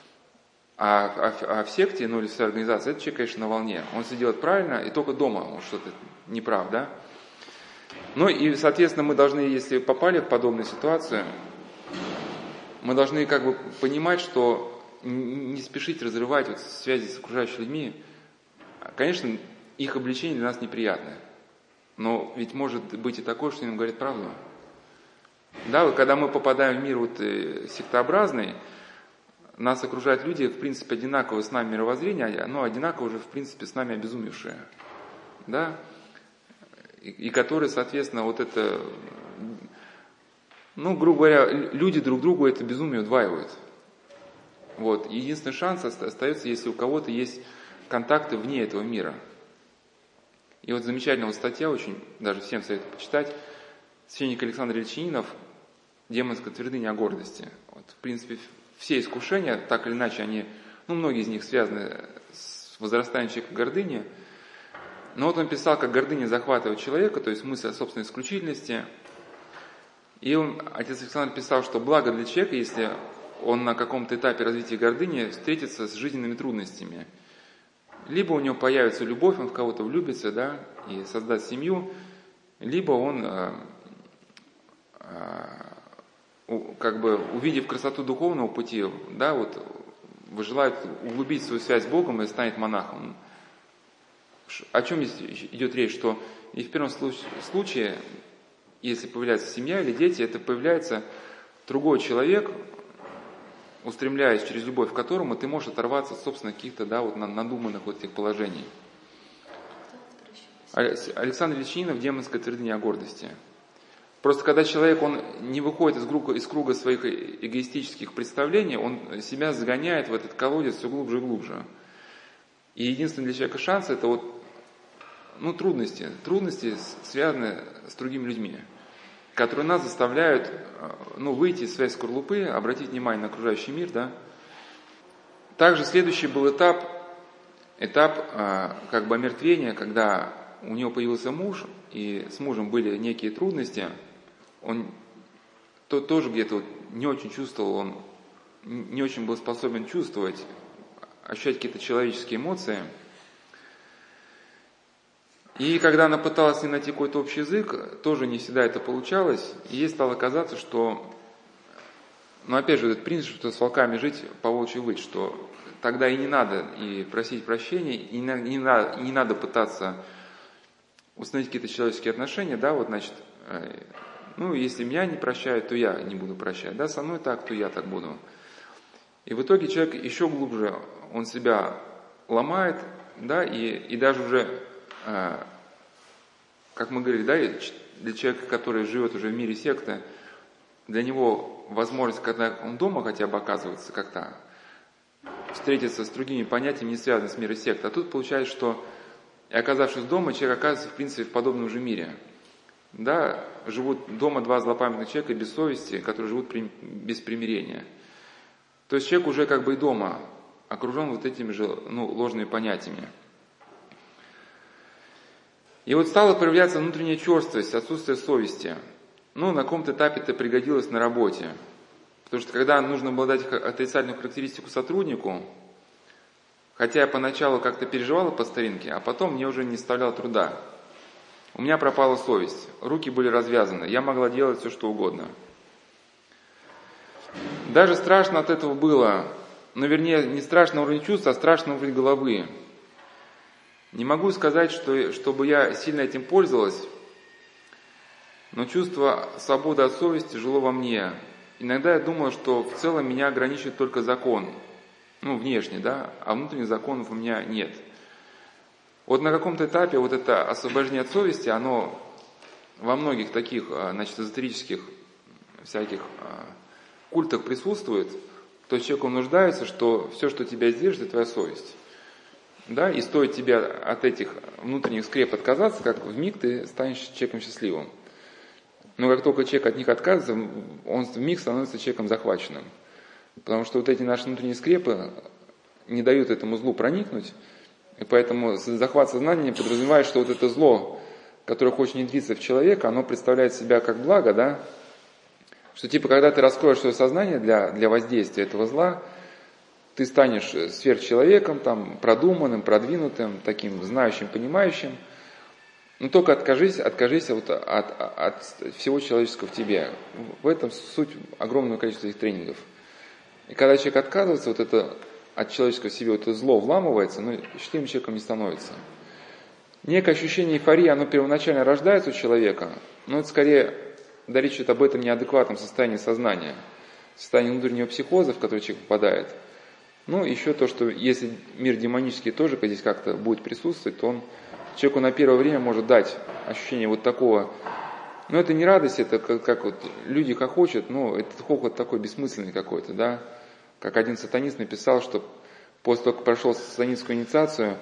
А в секте, ну или в своей организации, этот человек, конечно, на волне. Он все делает правильно, и только дома он что-то не прав, да? Ну и, соответственно, мы должны, если попали в подобную ситуацию, мы должны как бы понимать, что не спешить разрывать вот связи с окружающими людьми. Конечно, их обличение для нас неприятное. Но ведь может быть и такое, что им говорят правду. Да, вот когда мы попадаем в мир вот сектообразный, нас окружают люди, в принципе, одинаковые с нами мировоззрения, но одинаково уже, в принципе, с нами обезумевшие. Да? И которые, соответственно, вот это, ну, грубо говоря, люди друг другу это безумие удваивают. Вот. Единственный шанс остается, если у кого-то есть контакты вне этого мира. И вот замечательная вот статья, очень даже всем советую почитать, священник Александр Ильич Нинов «Демонская твердыня о гордости». Вот, в принципе, все искушения, так или иначе, они, ну, многие из них связаны с возрастанием человека гордыни. Но вот он писал, как гордыня захватывает человека, то есть мысль о собственной исключительности. И отец Александр писал, что благо для человека, если он на каком-то этапе развития гордыни встретится с жизненными трудностями. Либо у него появится любовь, он в кого-то влюбится, да, и создаст семью, либо он, как бы увидев красоту духовного пути, да, вот, желает углубить свою связь с Богом и станет монахом. О чем здесь идет речь? Что и в первом случае, если появляется семья или дети, это появляется другой человек, устремляясь через любовь к которому, ты можешь оторваться от, собственно, каких-то, да, вот надуманных вот этих положений. Александр Ильич «Демонская твердыня о гордости». Просто когда человек, он не выходит из круга своих эгоистических представлений, он себя загоняет в этот колодец все глубже и глубже. И единственный для человека шанс — это вот, трудности, связанные с другими людьми, которые нас заставляют, выйти из своей скорлупы, обратить внимание на окружающий мир, да. Также следующий был этап как бы омертвения, когда у него появился муж, и с мужем были некие трудности. Он тоже где-то не очень чувствовал, он не очень был способен чувствовать, ощущать какие-то человеческие эмоции. И когда она пыталась с ним найти какой-то общий язык, тоже не всегда это получалось, и ей стало казаться, что, опять же, этот принцип, что с волками жить, по волчьи выть, что тогда и не надо и просить прощения, и не надо пытаться установить какие-то человеческие отношения, да, вот, значит, если меня не прощают, то я не буду прощать, да, со мной так, то я так буду. И в итоге человек еще глубже, он себя ломает, да, и даже уже, как мы говорили, да, для человека, который живет уже в мире секты, для него возможность, когда он дома хотя бы оказывается как-то, встретиться с другими понятиями, не связанными с миром секты. А тут получается, что, и оказавшись дома, человек оказывается, в принципе, в подобном же мире. Да, живут дома два злопамятных человека без совести, которые живут без примирения. То есть человек уже как бы и дома окружен вот этими же ложными понятиями. И вот стала проявляться внутренняя черствость, отсутствие совести. На каком-то этапе это пригодилось на работе. Потому что когда нужно было дать отрицательную характеристику сотруднику, хотя я поначалу как-то переживала по старинке, а потом мне уже не составляло труда. У меня пропала совесть, руки были развязаны, я могла делать все, что угодно. Даже страшно от этого было, вернее, не страшно на уровне чувств, а страшно на уровне головы. Не могу сказать, чтобы я сильно этим пользовалась, но чувство свободы от совести жило во мне. Иногда я думала, что в целом меня ограничивает только закон, внешне, да, а внутренних законов у меня нет. Вот на каком-то этапе вот это освобождение от совести, оно во многих таких, эзотерических всяких культах присутствует. То есть человеку нуждается, что все, что тебя сдержит, это твоя совесть. Да, и стоит тебе от этих внутренних скреп отказаться, как вмиг ты станешь человеком счастливым. Но как только человек от них отказывается, он вмиг становится человеком захваченным. Потому что вот эти наши внутренние скрепы не дают этому злу проникнуть. И поэтому захват сознания подразумевает, что вот это зло, которое хочет внедриться в человека, оно представляет себя как благо, да? Что когда ты раскроешь свое сознание для воздействия этого зла, ты станешь сверхчеловеком, продуманным, продвинутым, таким знающим, понимающим. Но только откажись вот от всего человеческого в тебе. В этом суть огромного количества этих тренингов. И когда человек отказывается, вот это от человеческого в себе, вот это зло вламывается, счастливым человеком не становится. Некое ощущение эйфории, оно первоначально рождается у человека, но это скорее речь идет об этом неадекватном состоянии сознания, состоянии внутреннего психоза, в который человек попадает. Еще то, что если мир демонический тоже здесь как-то будет присутствовать, то он человеку на первое время может дать ощущение вот такого, это не радость, это как вот люди хохочут, этот хохот такой бессмысленный какой-то, да, как один сатанист написал, что после того, как прошел сатанинскую инициацию,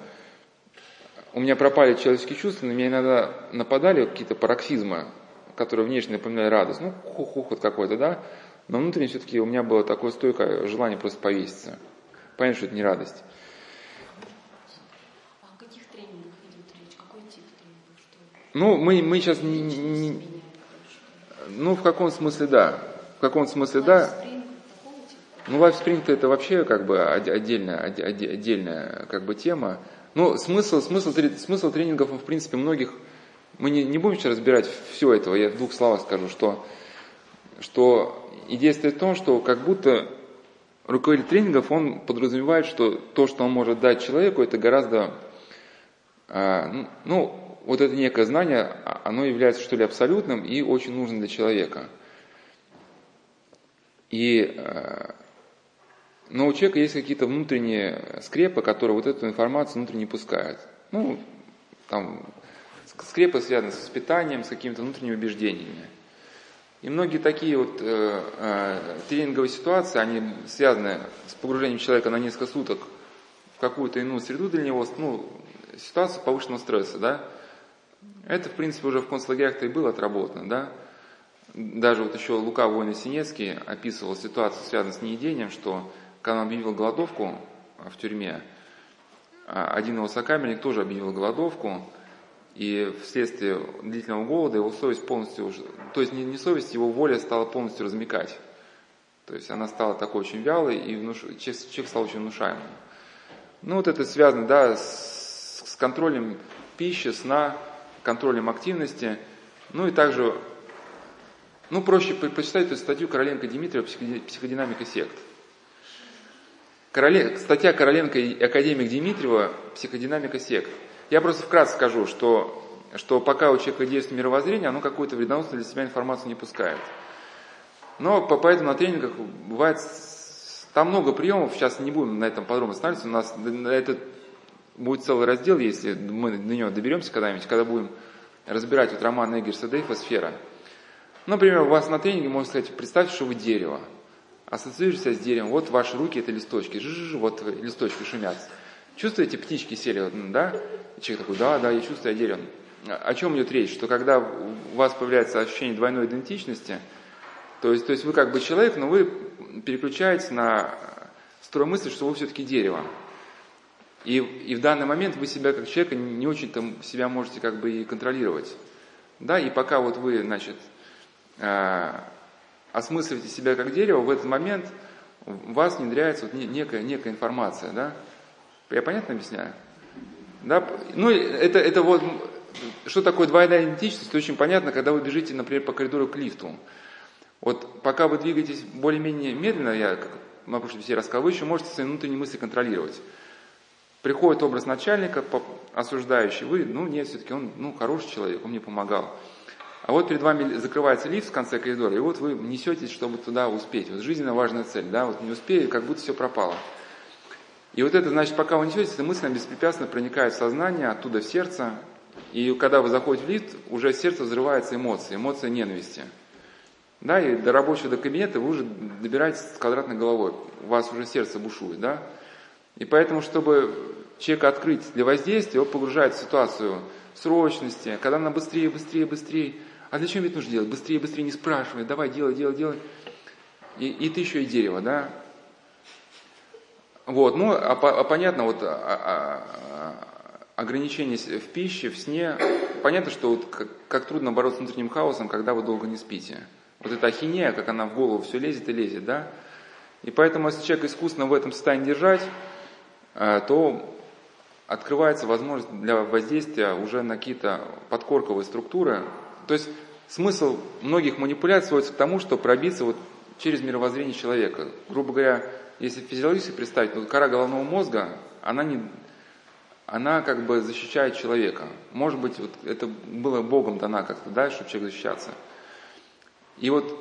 у меня пропали человеческие чувства, на меня иногда нападали какие-то пароксизмы, которые внешне напоминали радость, хохот какой-то, да, но внутренне все-таки у меня было такое стойкое желание просто повеситься. Понятно, что это не радость. О каких тренингах идет речь? Какой тип тренингов? Мы сейчас в каком смысле да. В каком смысле да. Лайфспринг это вообще как бы отдельная как бы тема. Смысл тренингов, в принципе, многих, мы не будем сейчас разбирать все этого, я в двух словах скажу, что идея стоит в том, что как будто руководитель тренингов, он подразумевает, что то, что он может дать человеку, это гораздо, вот это некое знание, оно является что ли абсолютным и очень нужным для человека. И Но у человека есть какие-то внутренние скрепы, которые вот эту информацию внутрь не пускают. Ну, там, скрепы связаны с воспитанием, с какими-то внутренними убеждениями. И многие такие вот тренинговые ситуации, они связаны с погружением человека на несколько суток в какую-то иную среду для него, ну, ситуацию повышенного стресса, да. Это, в принципе, уже в концлагерях-то и было отработано, да. Даже вот еще Лука Войно-Синецкий описывал ситуацию, связанную с неедением, что когда он объявил голодовку в тюрьме, один его сокамерник тоже объявил голодовку, и вследствие длительного голода его совесть полностью, то есть не совесть, его воля стала полностью размякать. То есть она стала такой очень вялой, и человек стал очень внушаемым. Ну вот это связано, да, с контролем пищи, сна, контролем активности, ну и также, ну проще почитать эту статью Короленко-Дмитриева «Психодинамика сект». Статья Короленко и академик Дмитриева «Психодинамика сект». Я просто вкратце скажу, что пока у человека действует мировоззрение, оно какую-то вредоносную для себя информацию не пускает. Но поэтому на тренингах бывает, там много приемов, сейчас не будем на этом подробно останавливаться, у нас это будет целый раздел, если мы до него доберемся когда-нибудь, когда будем разбирать вот роман Эггерса Дейфа «Сфера». Например, у вас на тренинге можно сказать, представьте, что вы дерево, ассоциируете себя с деревом, вот ваши руки это листочки, вот листочки шумят. Чувствуете, птички сели, да? И человек такой, да, я чувствую, я дерево. О чем идет речь? Что когда у вас появляется ощущение двойной идентичности, то есть вы как бы человек, но вы переключаетесь на строй мысли, что вы все-таки дерево. И в данный момент вы себя как человека не очень-то себя можете как бы и контролировать. Да, и пока вот вы, значит, осмысливаете себя как дерево, в этот момент в вас внедряется вот некая информация, да? Я понятно объясняю? Да? Ну, это вот, что такое двойная идентичность, очень понятно, когда вы бежите, например, по коридору к лифту. Вот пока вы двигаетесь более-менее медленно, я на прошлой беседе рассказал, вы еще можете свои внутренние мысли контролировать. Приходит образ начальника, осуждающий, вы, нет, все-таки он, хороший человек, он мне помогал. А вот перед вами закрывается лифт в конце коридора, и вот вы несетесь, чтобы туда успеть. Вот жизненно важная цель, да, вот не успею, как будто все пропало. И вот это, значит, пока вы несетесь, эта мысль беспрепятственно проникает в сознание, оттуда в сердце. И когда вы заходите в лифт, уже в сердце взрывается эмоция ненависти. Да, и до рабочего кабинета вы уже добираетесь с квадратной головой. У вас уже сердце бушует, да. И поэтому, чтобы человека открыть для воздействия, его погружает в ситуацию срочности, когда надо быстрее. А зачем ведь нужно делать? Быстрее, не спрашивай, давай, делай. И ты еще и дерево, да. Вот, понятно, вот ограничения в пище, в сне, понятно, что вот как трудно бороться с внутренним хаосом, когда вы долго не спите. Вот эта ахинея, как она в голову все лезет и лезет, да. И поэтому, если человек искусно в этом состоянии держать, то открывается возможность для воздействия уже на какие-то подкорковые структуры. То есть смысл многих манипуляций сводится к тому, что пробиться вот через мировоззрение человека. Грубо говоря, если физиологически представить, то кора головного мозга, она как бы защищает человека. Может быть, вот это было Богом дано как-то, да, чтобы человек защищаться. И вот,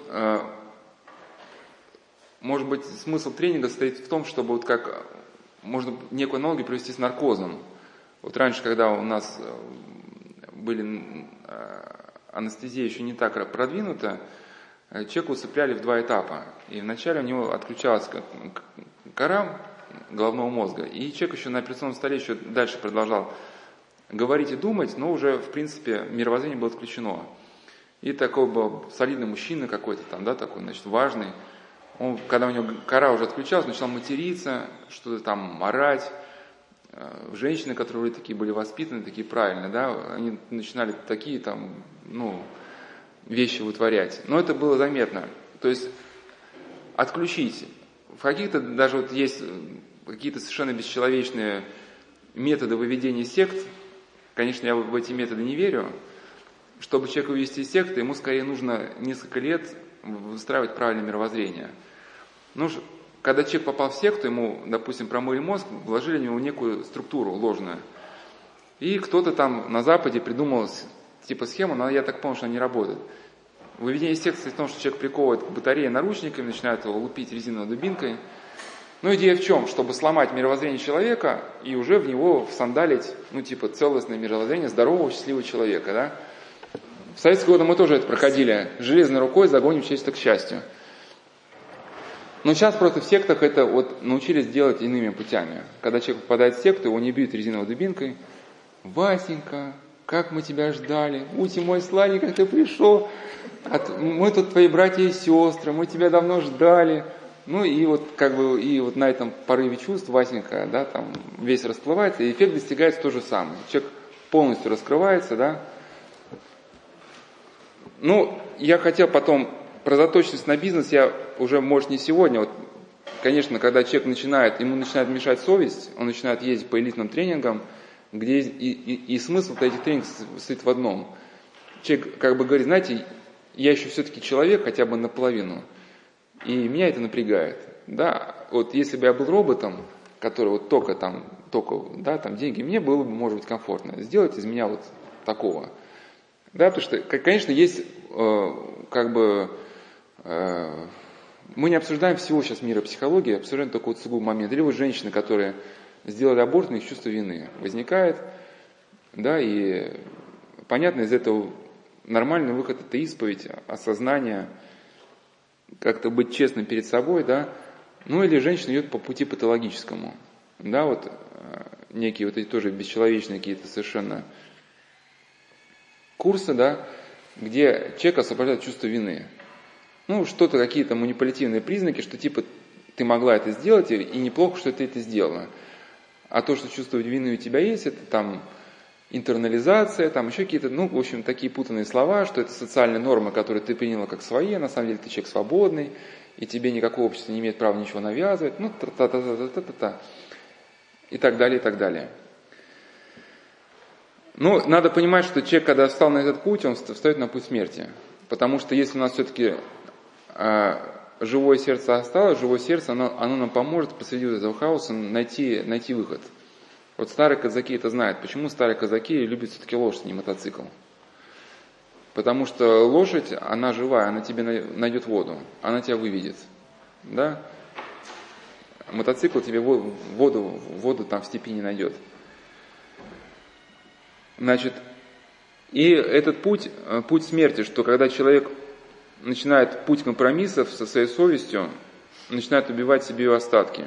может быть, смысл тренинга состоит в том, чтобы вот как можно некую аналогию привести с наркозом. Вот раньше, когда у нас были анестезия еще не так продвинута, человека усыпляли в 2 этапа. И вначале у него отключалась кора головного мозга, и человек еще на операционном столе еще дальше продолжал говорить и думать, но уже, в принципе, мировоззрение было отключено. И такой был солидный мужчина какой-то там, да, такой, значит, важный. Он, когда у него кора уже отключалась, начал материться, что-то там орать. Женщины, которые вроде такие были воспитаны, такие правильные, да, они начинали такие там, вещи вытворять. Но это было заметно. То есть отключить. В каких-то даже вот есть какие-то совершенно бесчеловечные методы выведения сект. Конечно, я в эти методы не верю. Чтобы человека вывести из секты, ему скорее нужно несколько лет выстраивать правильное мировоззрение. Когда человек попал в секту, ему, допустим, промыли мозг, вложили в него некую структуру ложную. И кто-то там на Западе придумал типа схему, но я так понял, что она не работает. Выведение из секты состоит в том, что человек приковывает к батарее наручниками, начинает его лупить резиновой дубинкой. Но идея в чем? Чтобы сломать мировоззрение человека и уже в него всандалить, целостное мировоззрение здорового, счастливого человека, да? В советские годы мы тоже это проходили. Железной рукой загоним человечество к счастью. Но сейчас просто в сектах это научились делать иными путями. Когда человек попадает в секту, его не бьют резиновой дубинкой. Васенька, как мы тебя ждали. Ути мой сладенький, как ты пришел. Мы тут твои братья и сестры, мы тебя давно ждали. И на этом порыве чувств Васенька, да, там весь расплывается, и эффект достигается то же самое. Человек полностью раскрывается, да. Я хотел потом про заточенность на бизнес, я уже, может, не сегодня. Конечно, когда человек ему начинает мешать совесть, он начинает ездить по элитным тренингам, где и смысл этих тренингов состоит в одном. Человек говорит, знаете, я еще все-таки человек, хотя бы наполовину. И меня это напрягает. Да? Если бы я был роботом, который только деньги, мне было бы, может быть, комфортно. Сделать из меня такого. Да, потому что, конечно, есть мы не обсуждаем всего сейчас мира психологии, обсуждаем только сугубый момент. Или женщины, которые сделали аборт, у них чувство вины возникает, да, и понятно, из этого нормальный выход это исповедь, осознание, как-то быть честным перед собой, да, или женщина идет по пути патологическому, да, некие эти тоже бесчеловечные какие-то совершенно курсы, да, где человек освобождает чувство вины. Что-то, какие-то манипулятивные признаки, что ты могла это сделать, и неплохо, что ты это сделала. А то, что чувствовать вины у тебя есть, это интернализация, еще какие-то, такие путанные слова, что это социальные нормы, которые ты приняла как свои, а на самом деле ты человек свободный, и тебе никакого общества не имеет права ничего навязывать, и так далее, и так далее. Надо понимать, что человек, когда встал на этот путь, он встает на путь смерти. Потому что если у нас все-таки живое сердце осталось, живое сердце, оно нам поможет посреди этого хаоса найти выход. Старые казаки это знают. Почему старые казаки любят все-таки лошадь, а не мотоцикл? Потому что лошадь, она живая, она тебе найдет воду, она тебя выведет. Да? Мотоцикл тебе воду там в степи не найдет. И этот путь смерти, что когда человек начинает путь компромиссов со своей совестью, начинает убивать себе ее остатки.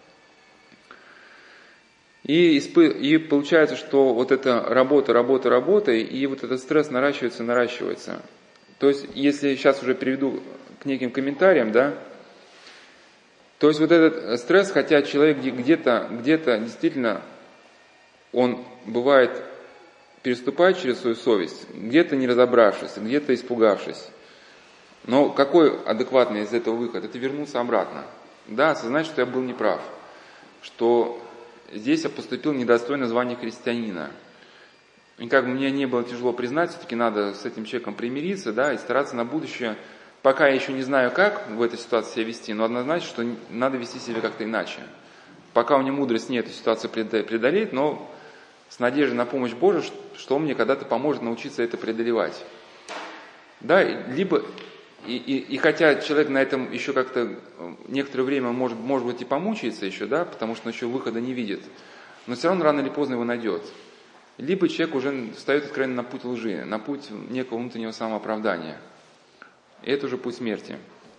И получается, что эта работа, и этот стресс наращивается. То есть, если сейчас уже переведу к неким комментариям, да, то есть этот стресс, хотя человек где-то действительно, он бывает переступает через свою совесть, где-то не разобравшись, где-то испугавшись. Но какой адекватный из этого выход? Это вернуться обратно. Да, осознать, что я был неправ, что здесь я поступил недостойно звания христианина. И мне не было тяжело признать, все-таки надо с этим человеком примириться, да, и стараться на будущее, пока я еще не знаю, как в этой ситуации себя вести, но однозначно, что надо вести себя как-то иначе. Пока у меня мудрость нет эту ситуацию преодолеть, но с надеждой на помощь Божию, что Он мне когда-то поможет научиться это преодолевать. Да, либо, и хотя человек на этом еще как-то некоторое время может быть и помучается еще, да, потому что он еще выхода не видит, но все равно рано или поздно его найдет. Либо человек уже встает откровенно на путь лжи, на путь некого внутреннего самооправдания. И это уже путь смерти.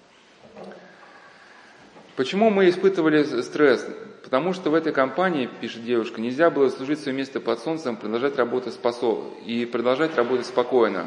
Почему мы испытывали стресс? Потому что в этой компании, пишет девушка, нельзя было служить свое место под солнцем, продолжать работать спокойно.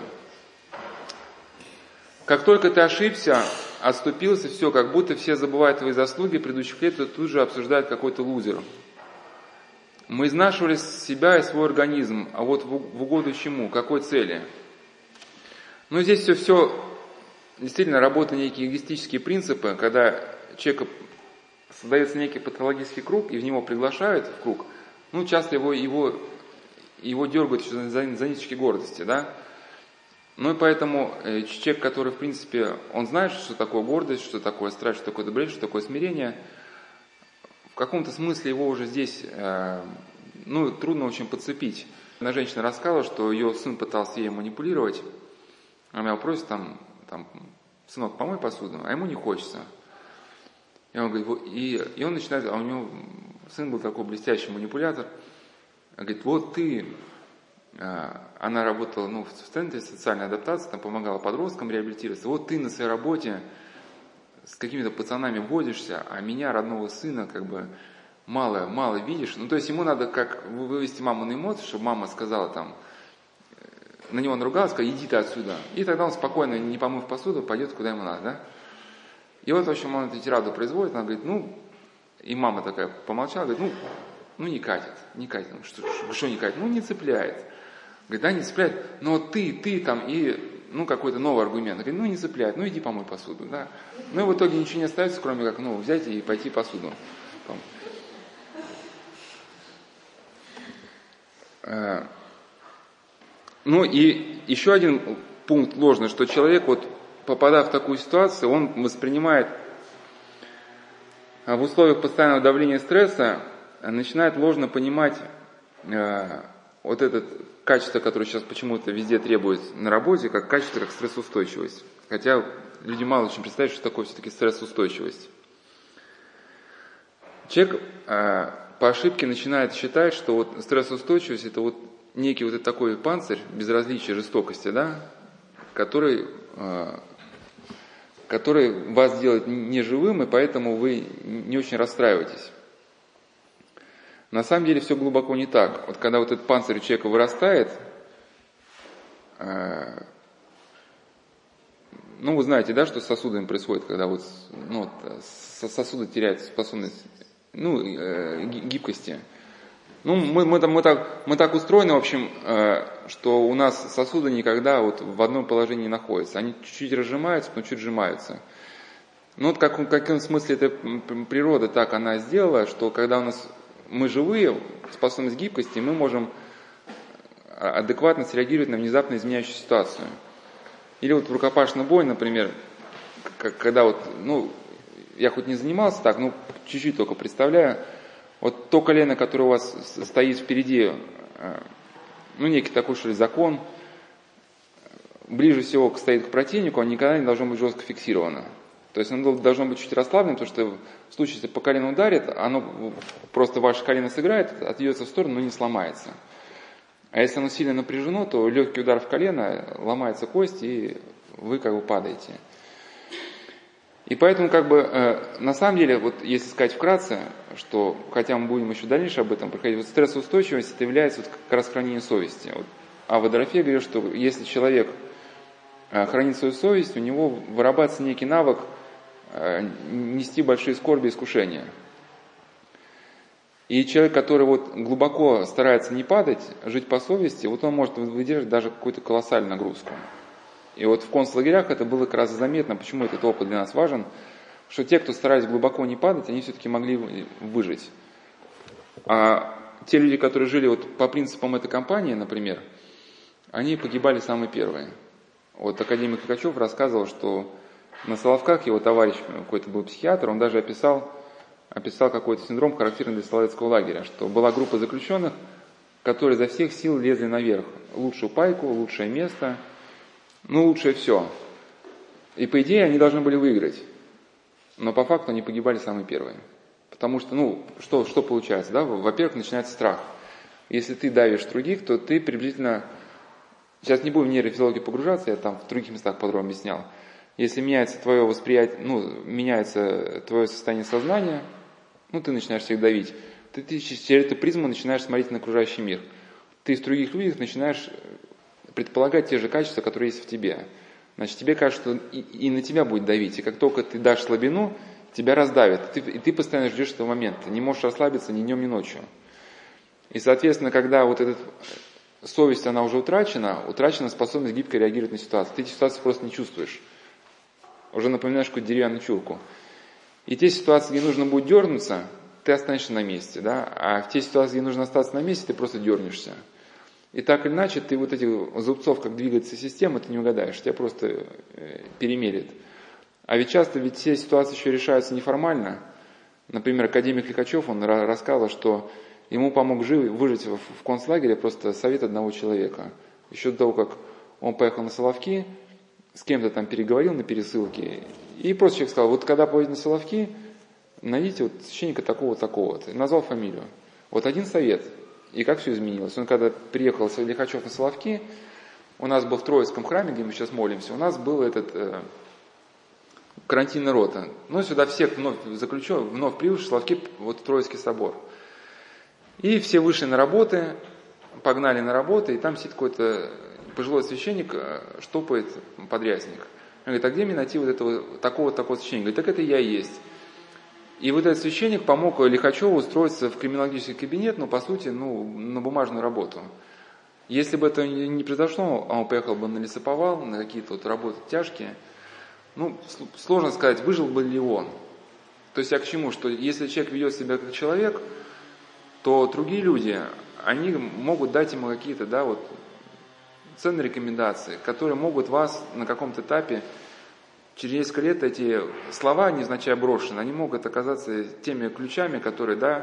Как только ты ошибся, отступился, все, как будто все забывают твои заслуги предыдущих лет, то тут же обсуждают какой-то лузер. Мы изнашивали себя и свой организм, а в угоду чему, какой цели? Здесь все действительно работают некие эгоистические принципы, когда человек создается некий патологический круг, и в него приглашают в круг, часто его дергают за ниточки гордости, да? И поэтому человек, который, в принципе, он знает, что такое гордость, что такое страсть, что такое добродетель, что такое смирение, в каком-то смысле его уже здесь, трудно очень подцепить. Одна женщина рассказала, что ее сын пытался ей манипулировать, она его просит, сынок, помой посуду, а ему не хочется. И он говорит, и он начинает, а у него сын был такой блестящий манипулятор. Он говорит, вот ты, она работала в центре социальной адаптации, там помогала подросткам реабилитироваться. Вот ты на своей работе с какими-то пацанами водишься, а меня, родного сына, как бы мало видишь. То есть ему надо как вывести маму на эмоции, чтобы мама сказала там, на него наругалась, сказала, иди ты отсюда. И тогда он спокойно, не помыв посуду, пойдет куда ему надо, да? И вот, в общем, он эту тираду производит, она говорит, и мама такая помолчала, говорит, не катит. Что не катит? Не цепляет. Говорит, да, не цепляет, но вот ты там, и, какой-то новый аргумент. Говорит, не цепляет, иди помой посуду, да. И в итоге ничего не остается, кроме как, взять и пойти посуду. И еще один пункт ложный, что человек, попадая в такую ситуацию, он воспринимает в условиях постоянного давления стресса, начинает ложно понимать вот это качество, которое сейчас почему-то везде требуется на работе, как качество, как стрессоустойчивость. Хотя люди мало очень представляют, что такое все-таки стрессоустойчивость. Человек по ошибке начинает считать, что стрессоустойчивость это некий этот такой панцирь безразличия, жестокости, да, который вас делает неживым, и поэтому вы не очень расстраиваетесь. На самом деле все глубоко не так. Когда этот панцирь у человека вырастает, вы знаете, да, что с сосудами происходит, когда сосуды теряют способность, гибкости. Мы так устроены, в общем, что у нас сосуды никогда в одном положении не находятся. Они чуть-чуть разжимаются, но чуть сжимаются. В каком смысле это природа так она сделала, что когда мы живые, способность гибкости, мы можем адекватно среагировать на внезапно изменяющую ситуацию. Или в рукопашном бою, например, когда я хоть не занимался так, чуть-чуть только представляю, то колено, которое у вас стоит впереди, некий такой, что ли, закон, ближе всего стоит к противнику, он никогда не должно быть жестко фиксировано. То есть оно должно быть чуть расслаблено, потому что в случае, если по колену ударит, оно просто ваше колено сыграет, отъедется в сторону, но не сломается. А если оно сильно напряжено, то легкий удар в колено, ломается кость, и вы падаете. И поэтому, на самом деле, если сказать вкратце, что, хотя мы будем еще дальше об этом проходить, стрессоустойчивость это является как раз хранение совести. А Водорофей говорит, что если человек хранит свою совесть, у него вырабатывается некий навык нести большие скорби и искушения. И человек, который глубоко старается не падать, жить по совести, он может выдержать даже какую-то колоссальную нагрузку. И в концлагерях это было как раз заметно, почему этот опыт для нас важен, что те, кто старались глубоко не падать, они все-таки могли выжить. А те люди, которые жили по принципам этой компании, например, они погибали самые первые. Академик Лихачев рассказывал, что на Соловках его товарищ, какой-то был психиатр, он даже описал какой-то синдром, характерный для Соловецкого лагеря, что была группа заключенных, которые изо всех сил лезли наверх. Лучшую пайку, лучшее место, лучшее все. И по идее они должны были выиграть. Но по факту они погибали самые первые. Потому что, что получается, да? Во-первых, начинается страх. Если ты давишь других, то ты приблизительно... Сейчас не будем в нейрофизиологию погружаться, я там в других местах подробно объяснял. Если меняется твое восприятие, меняется твое состояние сознания, ты начинаешь всех давить, ты через эту призму начинаешь смотреть на окружающий мир. Ты в других людях начинаешь предполагать те же качества, которые есть в тебе. Значит, тебе кажется, что и на тебя будет давить. И как только ты дашь слабину, тебя раздавит. И ты постоянно ждешь этого момента. Не можешь расслабиться ни днем, ни ночью. И, соответственно, когда эта совесть, она уже утрачена способность гибко реагировать на ситуацию. Ты эти ситуации просто не чувствуешь. Уже напоминаешь какую-то деревянную чурку. И те ситуации, где нужно будет дернуться, ты останешься на месте. Да? А в те ситуации, где нужно остаться на месте, ты просто дернешься. И так или иначе, ты этих зубцов, как двигается система, ты не угадаешь, тебя просто перемелет. А ведь часто все ситуации еще решаются неформально. Например, академик Лихачев, он рассказывал, что ему помог выжить в концлагере просто совет одного человека. Еще до того, как он поехал на Соловки, с кем-то там переговорил на пересылке, и просто человек сказал, когда поедете на Соловки, найдите вот священника такого-такого-то. И назвал фамилию. Вот один совет. И как все изменилось. Он когда приехал в Лихачев на Соловки, у нас был в Троицком храме, где мы сейчас молимся, у нас был карантинная рота. Ну, сюда всех вновь заключенных, вновь прибывших, Соловки, вот Троицкий собор. И все вышли на работы, погнали на работы, и там сидит какой-то пожилой священник, штопает подрясник. Он говорит, а где мне найти вот этого такого священника? Говорит, так это я и есть. И вот этот священник помог Лихачеву устроиться в криминологический кабинет, но по сути, на бумажную работу. Если бы это не произошло, он поехал бы на лесоповал, на какие-то вот работы тяжкие. Сложно сказать, выжил бы ли он. То есть я к чему? Что если человек ведет себя как человек, то другие люди, они могут дать ему какие-то, ценные рекомендации, которые могут вас на каком-то этапе, через несколько лет эти слова, невзначай брошены, они могут оказаться теми ключами, которые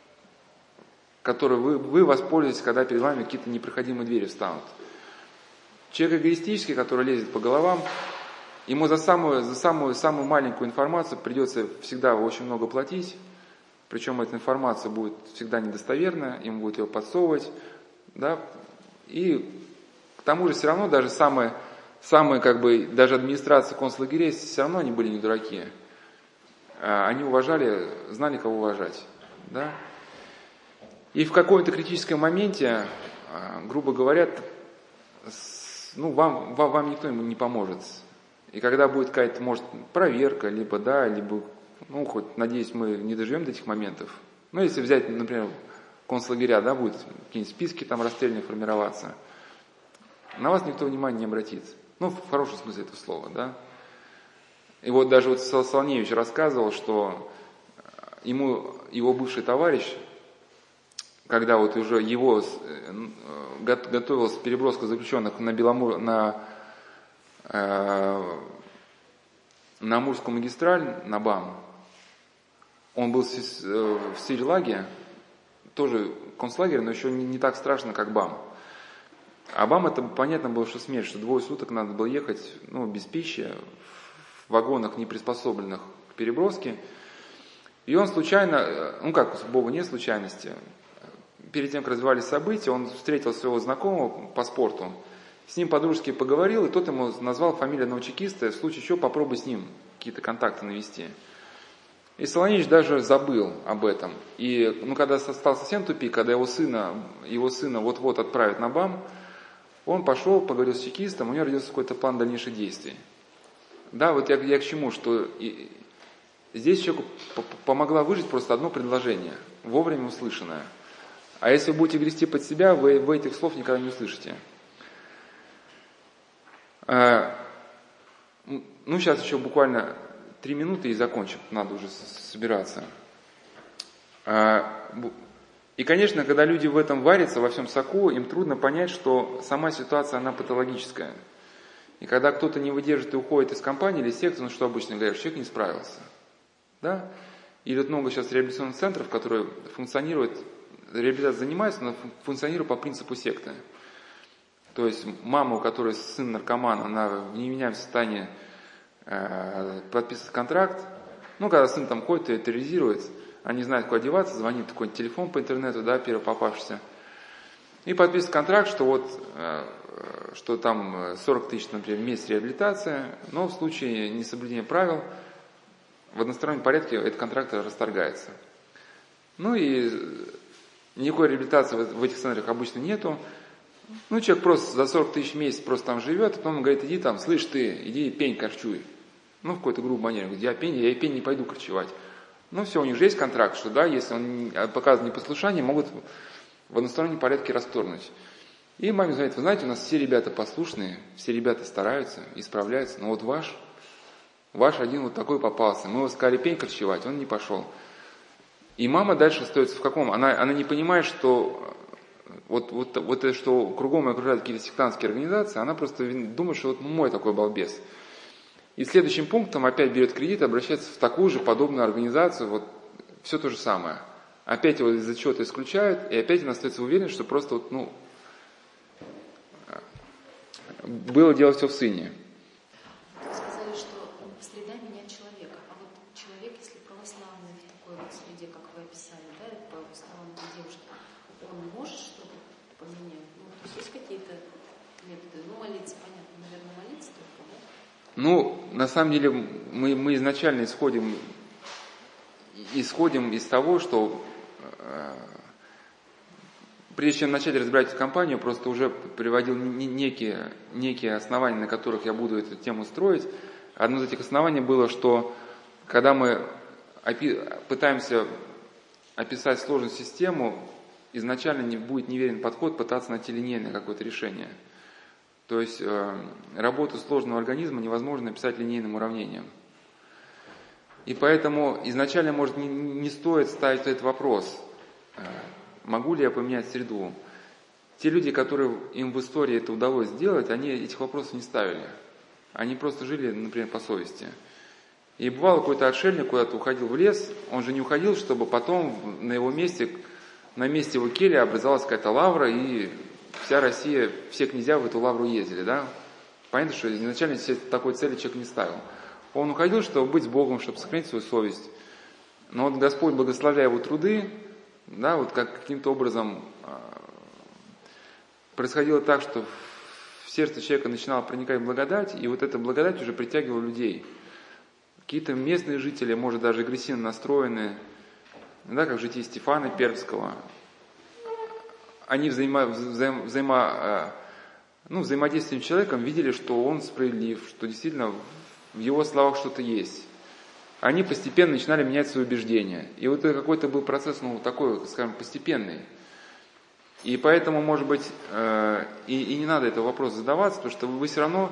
вы воспользуетесь, когда перед вами какие-то непроходимые двери встанут. Человек эгоистический, который лезет по головам, ему за самую маленькую информацию придется всегда очень много платить, причем эта информация будет всегда недостоверная, ему будет ее подсовывать, и к тому же все равно даже самые даже администрация концлагерей, все равно они были не дураки. Они уважали, знали, кого уважать. Да? И в каком-то критическом моменте, грубо говоря, вам никто не поможет. И когда будет какая-то, может, проверка, либо, хоть, надеюсь, мы не доживем до этих моментов. Если взять, например, концлагеря, будут какие-нибудь списки там расстрельные формироваться, на вас никто внимания не обратит. В хорошем смысле этого слова, да. И вот даже Солоневич рассказывал, что его бывший товарищ, когда вот уже его готовилась переброска заключенных на Амурскую магистраль, на БАМ, он был в Сирилаге, тоже концлагерь, но еще не так страшно, как БАМ. А БАМ это понятно было, что смерть, что 2 суток надо было ехать без пищи, в вагонах, не приспособленных к переброске. И он случайно, Богу нет случайности, перед тем, как развивались события, он встретил своего знакомого по спорту, с ним по-дружески поговорил, и тот ему назвал фамилию одного чекиста, в случае чего попробуй с ним какие-то контакты навести. И Солоневич даже забыл об этом. И когда стал совсем тупик, когда его сына вот-вот отправят на БАМ, он пошел, поговорил с чекистом, у него родился какой-то план дальнейших действий. Да, вот я к чему, что здесь человеку помогла выжить просто одно предложение, вовремя услышанное. А если вы будете грести под себя, вы этих слов никогда не услышите. Сейчас еще буквально 3 минуты и закончим, надо уже собираться. И, конечно, когда люди в этом варятся, во всем соку, им трудно понять, что сама ситуация, она патологическая. И когда кто-то не выдержит и уходит из компании или секции, что обычно говорят, человек не справился. Да? И идет много сейчас реабилитационных центров, которые функционируют, реабилитацией занимаются, но функционируют по принципу секты. То есть мама, у которой сын наркоман, она в невменяемом состоянии подписывает контракт. Когда сын там ходит и терроризирует, они знают, куда одеваться, звонит какой-нибудь телефон по интернету, первый попавшийся. И подписывает контракт, что там 40 тысяч, например, в месяц реабилитация, но в случае несоблюдения правил в одностороннем порядке этот контракт расторгается. И никакой реабилитации в этих центрах обычно нету. Человек просто за 40 тысяч в месяц просто там живет, а потом он говорит, иди там, слышь ты, иди пень корчуй. В какой-то грубой манере. Говорит, я пень не пойду корчевать. Все, у них же есть контракт, что если он показывает непослушание, могут в одностороннем порядке расторгнуть. И маме говорит, вы знаете, у нас все ребята послушные, все ребята стараются, исправляются, но вот ваш один вот такой попался. Мы его сказали пень корчевать, он не пошел. И мама дальше остается в каком? Она не понимает, что это, что кругом окружают какие-то сектантские организации, она просто думает, что мой такой балбес. И следующим пунктом опять берет кредит, обращается в такую же подобную организацию, все то же самое. Опять его из-за чего-то исключают, и опять она остается уверена, что просто было дело все в сыне. Вы сказали, что среда меняет человека, а человек, если православный, Ну, на самом деле, мы изначально исходим из того, что прежде чем начать разбирать эту компанию, просто уже приводил некие основания, на которых я буду эту тему строить. Одно из этих оснований было, что когда мы пытаемся описать сложную систему, изначально не будет неверен подход пытаться найти линейное какое-то решение. То есть работу сложного организма невозможно описать линейным уравнением. И поэтому изначально, может, не стоит ставить этот вопрос, могу ли я поменять среду. Те люди, которые им в истории это удалось сделать, они этих вопросов не ставили. Они просто жили, например, по совести. И бывало, какой-то отшельник куда-то уходил в лес, он же не уходил, чтобы потом на месте его кельи образовалась какая-то лавра, и вся Россия, все князья в эту лавру ездили, да? Понятно, что изначально себе такой цели человек не ставил. Он уходил, чтобы быть с Богом, чтобы сохранить свою совесть. Но вот Господь, благословляя его труды, да, вот каким-то образом происходило так, что в сердце человека начинала проникать благодать, и вот эта благодать уже притягивала людей. Какие-то местные жители, может, даже агрессивно настроенные, да, как в житии Стефана Пермского, они взаимодействием с человеком видели, что он справедлив, что действительно в его словах что-то есть. Они постепенно начинали менять свои убеждения. И вот это какой-то был процесс, такой, скажем, постепенный. И поэтому, может быть, и не надо этого вопроса задаваться, потому что вы все равно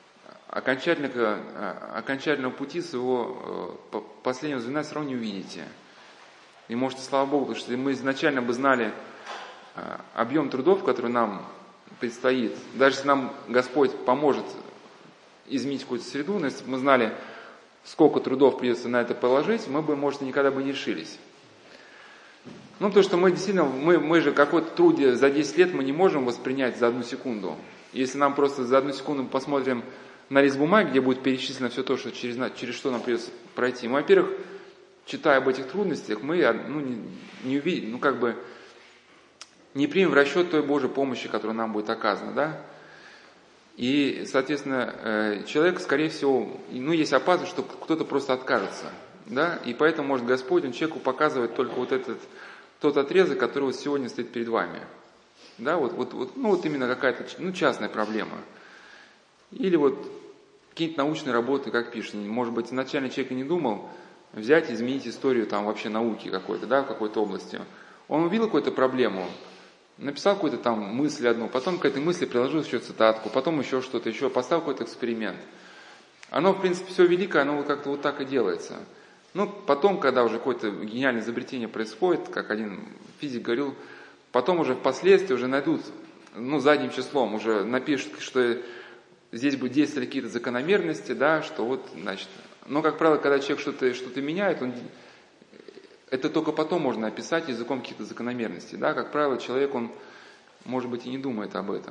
окончательного пути своего последнего звена все равно не увидите. И может, и слава Богу, потому что если мы изначально бы знали объем трудов, который нам предстоит, даже если нам Господь поможет изменить какую-то среду, но если бы мы знали, сколько трудов придется на это положить, мы бы, может, никогда бы не решились. Потому что мы действительно, мы же какой-то труд за 10 лет мы не можем воспринять за 1 секунду. Если нам просто за 1 секунду посмотрим на лист бумаги, где будет перечислено все то, что через что нам придется пройти, мы, во-первых, читая об этих трудностях, мы не увидим, не примем в расчет той Божьей помощи, которая нам будет оказана, да? И, соответственно, человек, скорее всего, есть опасность, что кто-то просто откажется, да? И поэтому, может, Господь, Он человеку показывает только вот тот отрезок, который вот сегодня стоит перед вами, да? Вот именно какая-то, частная проблема. Или вот какие-то научные работы, как пишет, может быть, изначально человек и не думал взять и изменить историю там вообще науки какой-то, да, в какой-то области. Он увидел какую-то проблему, написал какую-то там мысль одну, потом к этой мысли приложил еще цитатку, потом еще что-то, еще поставил какой-то эксперимент. Оно, в принципе, все великое, оно как-то вот так и делается. Потом, когда уже какое-то гениальное изобретение происходит, как один физик говорил, потом уже впоследствии уже найдут, задним числом, уже напишут, что здесь будут действовать какие-то закономерности, да, что вот, значит... Но, как правило, когда человек что-то меняет, это только потом можно описать языком каких-то закономерностей. Да? Как правило, человек, он, может быть, и не думает об этом.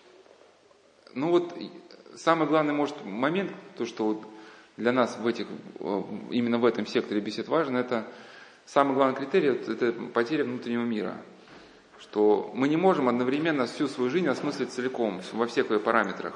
Самый главный, может, момент, то, что вот для нас именно в этом секторе бесед важно, это самый главный критерий, это потеря внутреннего мира. Что мы не можем одновременно всю свою жизнь осмыслить целиком, во всех ее параметрах.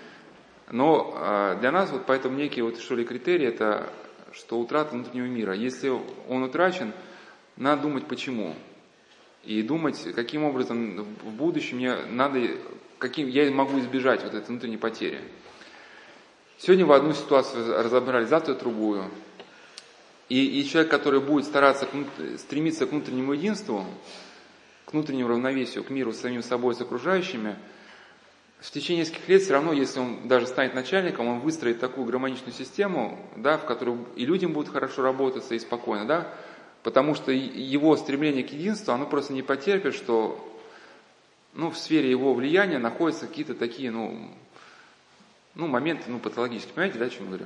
Но для нас поэтому некий критерий, это что утрата внутреннего мира. Если он утрачен, надо думать почему. И думать, каким образом в будущем я могу избежать этой внутренней потери. Сегодня в одну ситуацию разобрали, завтра в другую. И человек, который будет стремиться к внутреннему единству, к внутреннему равновесию, к миру с самим собой, с окружающими, в течение нескольких лет все равно, если он даже станет начальником, он выстроит такую гармоничную систему, да, в которой и людям будет хорошо работаться и спокойно, да, потому что его стремление к единству, оно просто не потерпит, что в сфере его влияния находятся какие-то такие, моменты, патологические. Понимаете, да, о чем я говорю?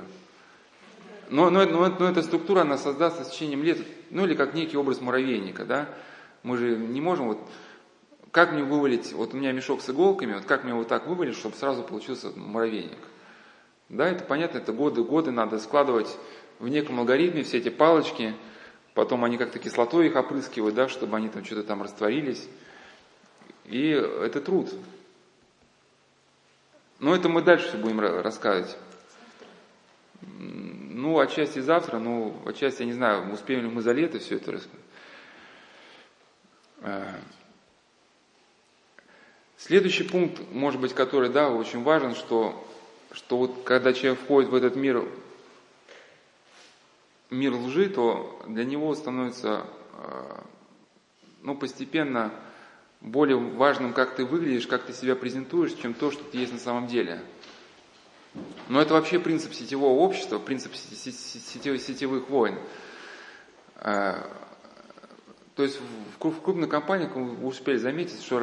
Но эта структура, она создастся с течением лет, или как некий образ муравейника, да. Мы же не можем как мне вывалить, у меня мешок с иголками, как мне так вывалить, чтобы сразу получился муравейник? Да, это понятно, это годы надо складывать в неком алгоритме все эти палочки, потом они как-то кислотой их опрыскивают, да, чтобы они там что-то там растворились. И это труд. Но это мы дальше все будем рассказывать. Ну, отчасти завтра, ну, отчасти, я не знаю, успеем ли мы за лето все это рассказать. Следующий пункт, может быть, который, да, очень важен, что вот когда человек входит в этот мир лжи, то для него становится, ну, постепенно более важным, как ты выглядишь, как ты себя презентуешь, чем то, что ты есть на самом деле. Но это вообще принцип сетевого общества, принцип сетевых войн. То есть в крупных компаниях вы успели заметить, что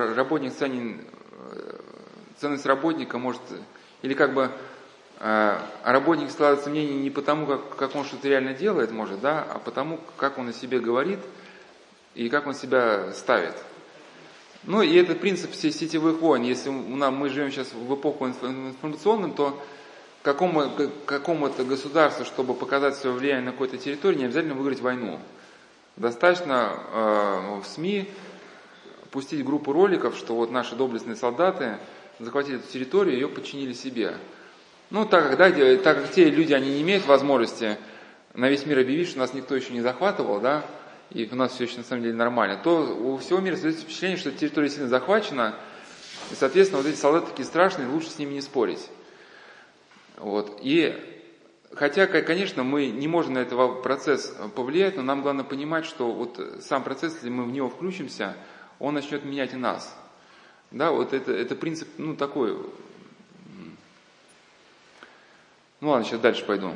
ценность работника может, или как бы работник складывается мнение не потому, как он что-то реально делает, может, да, а потому, как он о себе говорит и как он себя ставит. Ну и это принцип сетевых войн. Если мы живем сейчас в эпоху информационную, то какому-то государству, чтобы показать свое влияние на какой-то территории, не обязательно выиграть войну. Достаточно в СМИ пустить группу роликов, что вот наши доблестные солдаты захватили эту территорию и ее подчинили себе. Ну, так как те люди, они не имеют возможности на весь мир объявить, что нас никто еще не захватывал, да, и у нас все еще на самом деле нормально, то у всего мира создается впечатление, что эта территория сильно захвачена, и, соответственно, вот эти солдаты такие страшные, лучше с ними не спорить. Вот. И хотя, конечно, мы не можем на этот процесс повлиять, но нам главное понимать, что вот сам процесс, если мы в него включимся, он начнет менять и нас. Да, вот это принцип, ну, такой. Ну ладно, сейчас дальше пойду.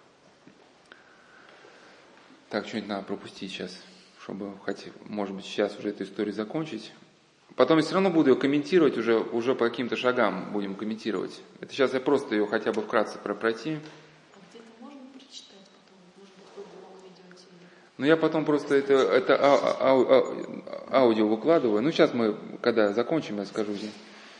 Так, что-нибудь надо пропустить сейчас, чтобы, может быть, сейчас уже эту историю закончить. Потом я все равно буду ее комментировать, уже по каким-то шагам будем комментировать. Это сейчас я просто ее хотя бы вкратце пройти. А где-то можно прочитать потом? Может быть, вы блог ведете? Ну, я потом просто это аудио выкладываю. Ну, сейчас мы, когда закончим, я скажу здесь.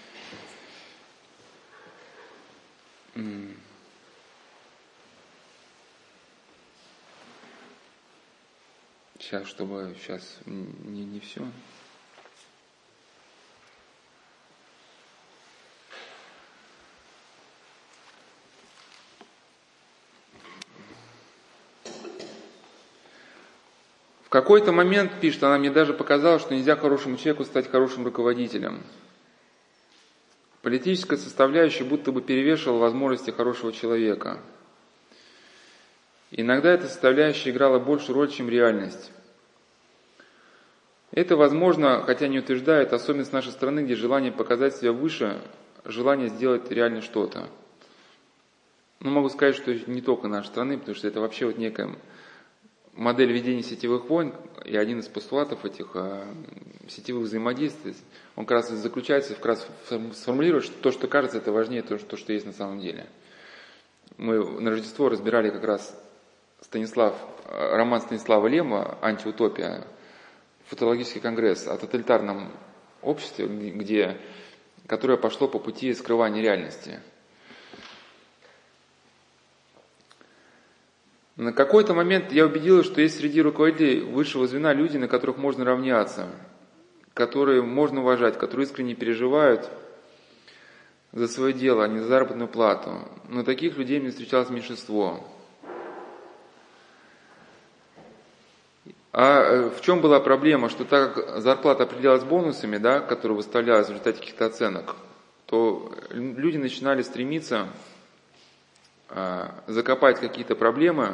Сейчас, чтобы не все. В какой-то момент, пишет она, мне даже показалось, что нельзя хорошему человеку стать хорошим руководителем. Политическая составляющая будто бы перевешивала возможности хорошего человека. Иногда эта составляющая играла большую роль, чем реальность. Это, возможно, хотя не утверждает, особенность нашей страны, где желание показать себя выше, желание сделать реально что-то. Но могу сказать, что не только нашей страны, потому что это вообще вот некая модель ведения сетевых войн, и один из постулатов этих сетевых взаимодействий, он как раз заключается, как раз сформулирует, что то, что кажется, это важнее то, что есть на самом деле. Мы на Рождество разбирали как раз роман Станислава Лема «Антиутопия», футурологический конгресс о тоталитарном обществе, которое пошло по пути скрывания реальности. На какой-то момент я убедилась, что есть среди руководителей высшего звена люди, на которых можно равняться, которые можно уважать, которые искренне переживают за свое дело, а не за заработную плату. Но таких людей мне встречалось меньшинство. А в чем была проблема? Что так как зарплата определялась бонусами, да, которые выставлялись в результате каких-то оценок, то люди начинали стремиться закопать какие-то проблемы.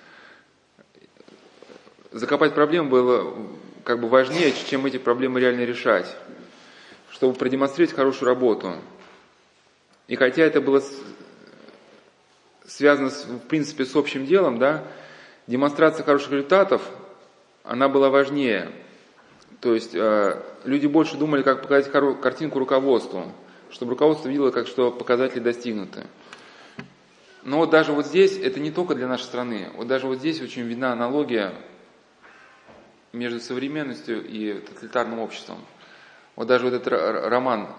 Закопать проблемы было как бы важнее, чем эти проблемы реально решать, чтобы продемонстрировать хорошую работу. И хотя это было связано, в принципе, с общим делом, да, демонстрация хороших результатов, она была важнее. То есть люди больше думали, как показать картинку руководству, чтобы руководство видело, как что показатели достигнуты. Но вот даже вот здесь, это не только для нашей страны, вот даже вот здесь очень видна аналогия между современностью и тоталитарным обществом. Вот даже вот этот роман,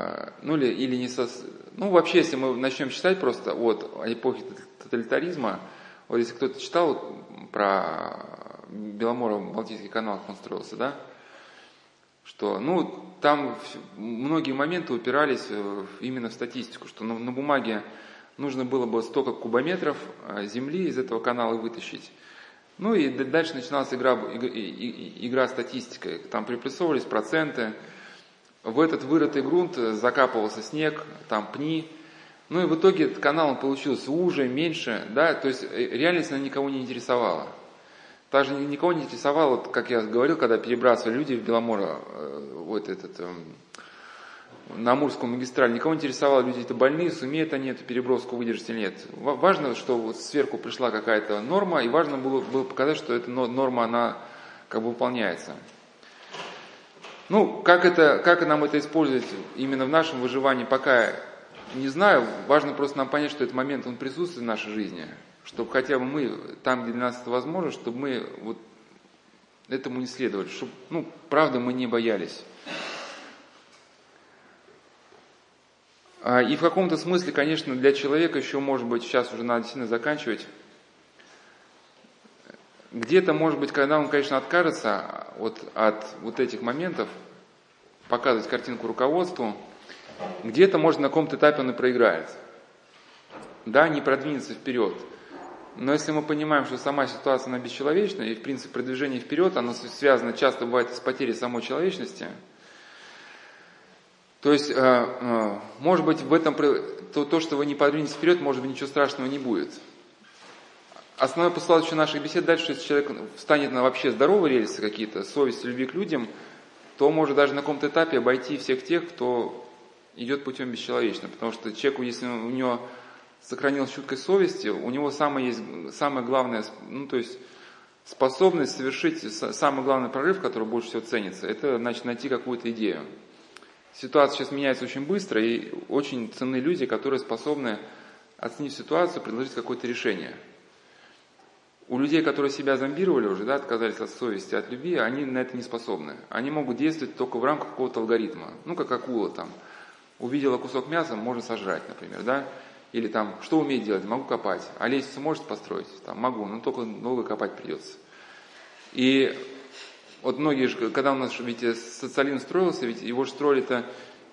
вообще, если мы начнем читать просто от эпохи тоталитаризма, вот если кто-то читал про Беломоро-Балтийский канал, как он строился, да, что, там многие моменты упирались именно в статистику, что на бумаге нужно было бы столько кубометров земли из этого канала вытащить. Ну и дальше начиналась игра статистикой. Там приплюсовывались проценты. В этот вырытый грунт закапывался снег, там пни. Ну и в итоге этот канал он получился уже, меньше. Да? То есть реальность она никого не интересовала. Также никого не интересовало, вот, как я говорил, когда перебрасывали люди в Беломоро, на Амурскую магистраль, никого не интересовало, люди-то больные, сумеют они эту переброску выдержать или нет. Важно, что вот сверху пришла какая-то норма, и важно было показать, что эта норма, она как бы выполняется. Ну, как нам это использовать именно в нашем выживании, пока не знаю. Важно просто нам понять, что этот момент, он присутствует в нашей жизни. Чтобы хотя бы мы, там, где для нас это возможно, чтобы мы вот этому не следовали, чтобы, правда, мы не боялись. И в каком-то смысле, конечно, для человека еще, может быть, сейчас уже надо сильно заканчивать, где-то, может быть, когда он, конечно, откажется от вот этих моментов, показывать картинку руководству, где-то, может, на каком-то этапе он и проиграет. Да, не продвинется вперед. Но если мы понимаем, что сама ситуация, она бесчеловечна, и, в принципе, продвижение вперед, оно связано часто бывает с потерей самой человечности, то есть, может быть, в этом то, что вы не продвинетесь вперед, может быть, ничего страшного не будет. Основной посыл еще наших бесед дальше, если человек встанет на вообще здоровые рельсы какие-то, совесть, любви к людям, то может даже на каком-то этапе обойти всех тех, кто идет путем бесчеловечно. Потому что человеку, если у него сохранилась чуткость совести, у него самое главное, то есть способность совершить самый главный прорыв, который больше всего ценится, это, значит, найти какую-то идею. Ситуация сейчас меняется очень быстро, и очень ценны люди, которые способны, оценив ситуацию, предложить какое-то решение. У людей, которые себя зомбировали уже, да, отказались от совести, от любви, они на это не способны. Они могут действовать только в рамках какого-то алгоритма. Как акула там. Увидела кусок мяса, можно сожрать, например, да? Или там, что умеет делать? Могу копать. А лестницу может построить? Там, могу, но только долго копать придется. И вот многие же, когда у нас ведь социализм строился, ведь его же строили-то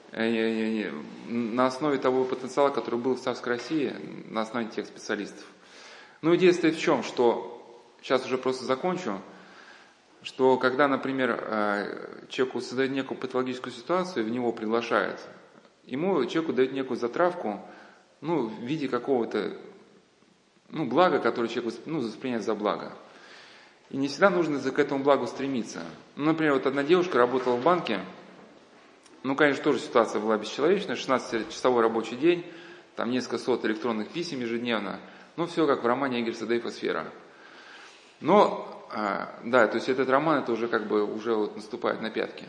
на основе того потенциала, который был в царской России, на основе тех специалистов. Идея стоит в чем, что, сейчас уже просто закончу, что когда, например, человеку создают некую патологическую ситуацию, в него приглашают, человеку дают некую затравку, в виде какого-то, блага, которое человек воспринимает за благо. И не всегда нужно к этому благу стремиться. Например, вот одна девушка работала в банке, конечно, тоже ситуация была бесчеловечная, 16-часовой рабочий день, там несколько сот электронных писем ежедневно, все как в романе Энгельса «Дейв сфера». Но, да, то есть этот роман, это уже уже наступает на пятки.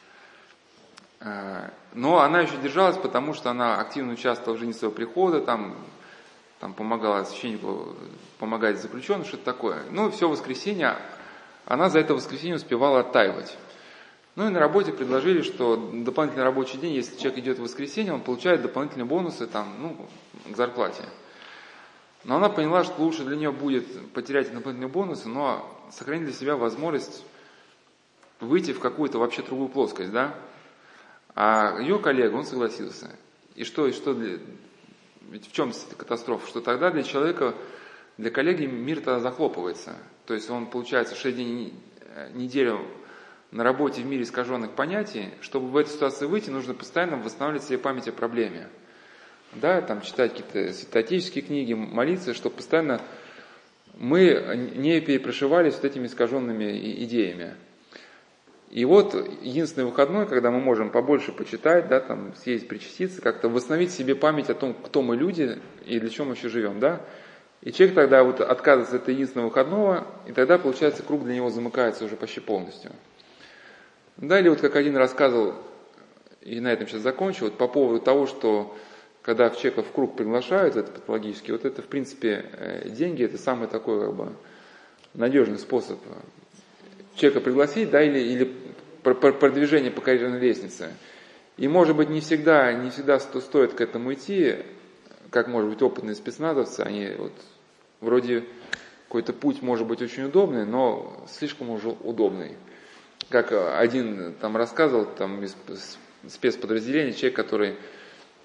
Но она еще держалась, потому что она активно участвовала в жизни своего прихода, там помогала священнику помогать заключенным, что-то такое. Все воскресенье, она за это воскресенье успевала оттаивать. И на работе предложили, что дополнительный рабочий день, если человек идет в воскресенье, он получает дополнительные бонусы к зарплате. Но она поняла, что лучше для нее будет потерять дополнительные бонусы, но сохранить для себя возможность выйти в какую-то вообще другую плоскость, да? А ее коллега, он согласился. Ведь в чем катастрофа? Что тогда для человека, для коллеги мир тогда захлопывается. То есть он, получается, 6 дней неделю на работе в мире искаженных понятий. Чтобы в эту ситуацию выйти, нужно постоянно восстанавливать себе память о проблеме. Да, читать какие-то святоотеческие книги, молиться, чтобы постоянно мы не перепрошивались вот этими искаженными идеями. И вот единственный выходной, когда мы можем побольше почитать, да, съездить, причаститься, как-то восстановить себе память о том, кто мы люди и для чего мы еще живем, да. И человек тогда отказывается от этого единственного выходного, и тогда, получается, круг для него замыкается уже почти полностью. Да, или как один рассказывал, и на этом сейчас закончу, по поводу того, что когда человека в круг приглашают, это патологически, это, в принципе, деньги, это самый такой, надежный способ человека пригласить, да, или продвижение по карьерной лестнице. И, может быть, не всегда стоит к этому идти, как, может быть, опытные спецназовцы, они вроде какой-то путь может быть очень удобный, но слишком уже удобный. Как один рассказывал, из спецподразделения, человек, который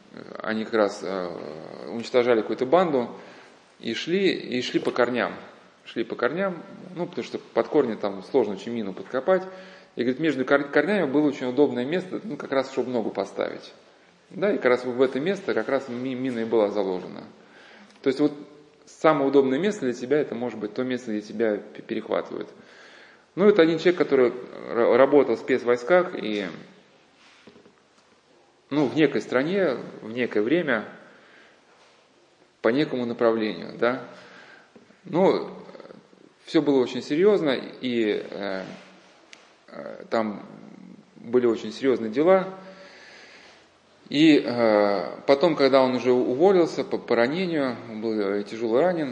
они как раз уничтожали какую-то банду и шли по корням. Шли по корням, ну, потому что под корни там сложно очень мину подкопать. И, говорит, между корнями было очень удобное место, ну, как раз, чтобы ногу поставить. Да, и как раз в это место как раз мина и была заложена. То есть вот самое удобное место для тебя, это может быть то место, где тебя перехватывают. Ну, это один человек, который работал в спецвойсках и, ну, в некой стране, в некое время, по некому направлению, да. Ну, все было очень серьезно, и там были очень серьезные дела. И потом, когда он уже уволился по ранению, он был тяжело ранен,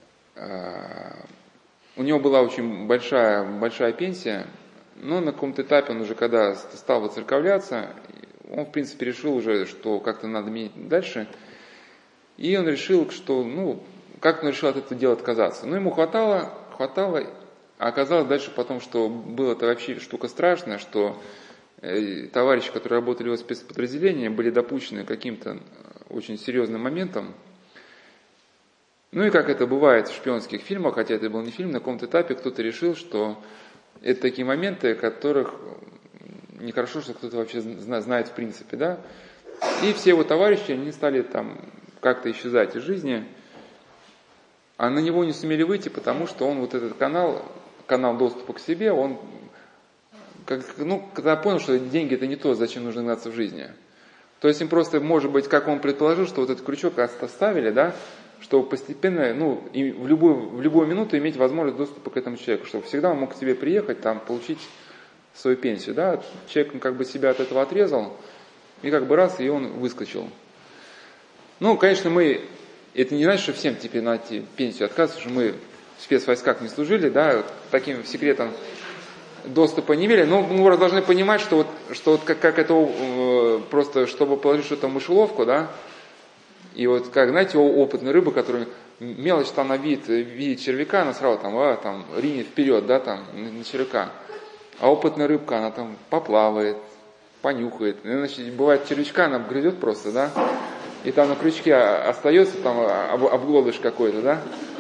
у него была очень большая пенсия, но на каком-то этапе он уже, когда стал воцерковляться, он, в принципе, решил уже, что как-то надо менять дальше. И он решил, что, ну, как он решил от этого дела отказаться. Но ему хватало, а оказалось дальше потом, что было-то вообще штука страшная, что товарищи, которые работали в спецподразделении, были допущены к каким-то очень серьезным моментам. Ну и как это бывает в шпионских фильмах, хотя это был не фильм, на каком-то этапе кто-то решил, что это такие моменты, которых нехорошо, что кто-то вообще знает в принципе, да. И все его товарищи, они стали там как-то исчезать из жизни, а на него не сумели выйти, потому что он вот этот канал доступа к себе, он, когда понял, что деньги это не то, зачем нужно гнаться в жизни. То есть им просто, может быть, как он предположил, что вот этот крючок оставили, да, чтобы постепенно, ну, и в любую минуту иметь возможность доступа к этому человеку, чтобы всегда он мог к тебе приехать, там, получить свою пенсию, да. Человек как бы себя от этого отрезал, и как бы раз, и он выскочил. Ну, конечно, это не значит, что всем теперь на пенсию отказывать, что мы в спецвойсках не служили, да, таким секретом доступа не имели, но мы должны понимать, что как это просто, чтобы положить что-то в мышеловку, да, и вот как, знаете, опытная рыба, которая мелочь там на видит червяка, она сразу там ринет вперед, да, там, на червяка. А опытная рыбка, она там поплавает, понюхает. И, значит, бывает червячка, она грызет просто, да, и там на крючке остается там обглодыш какой-то, да.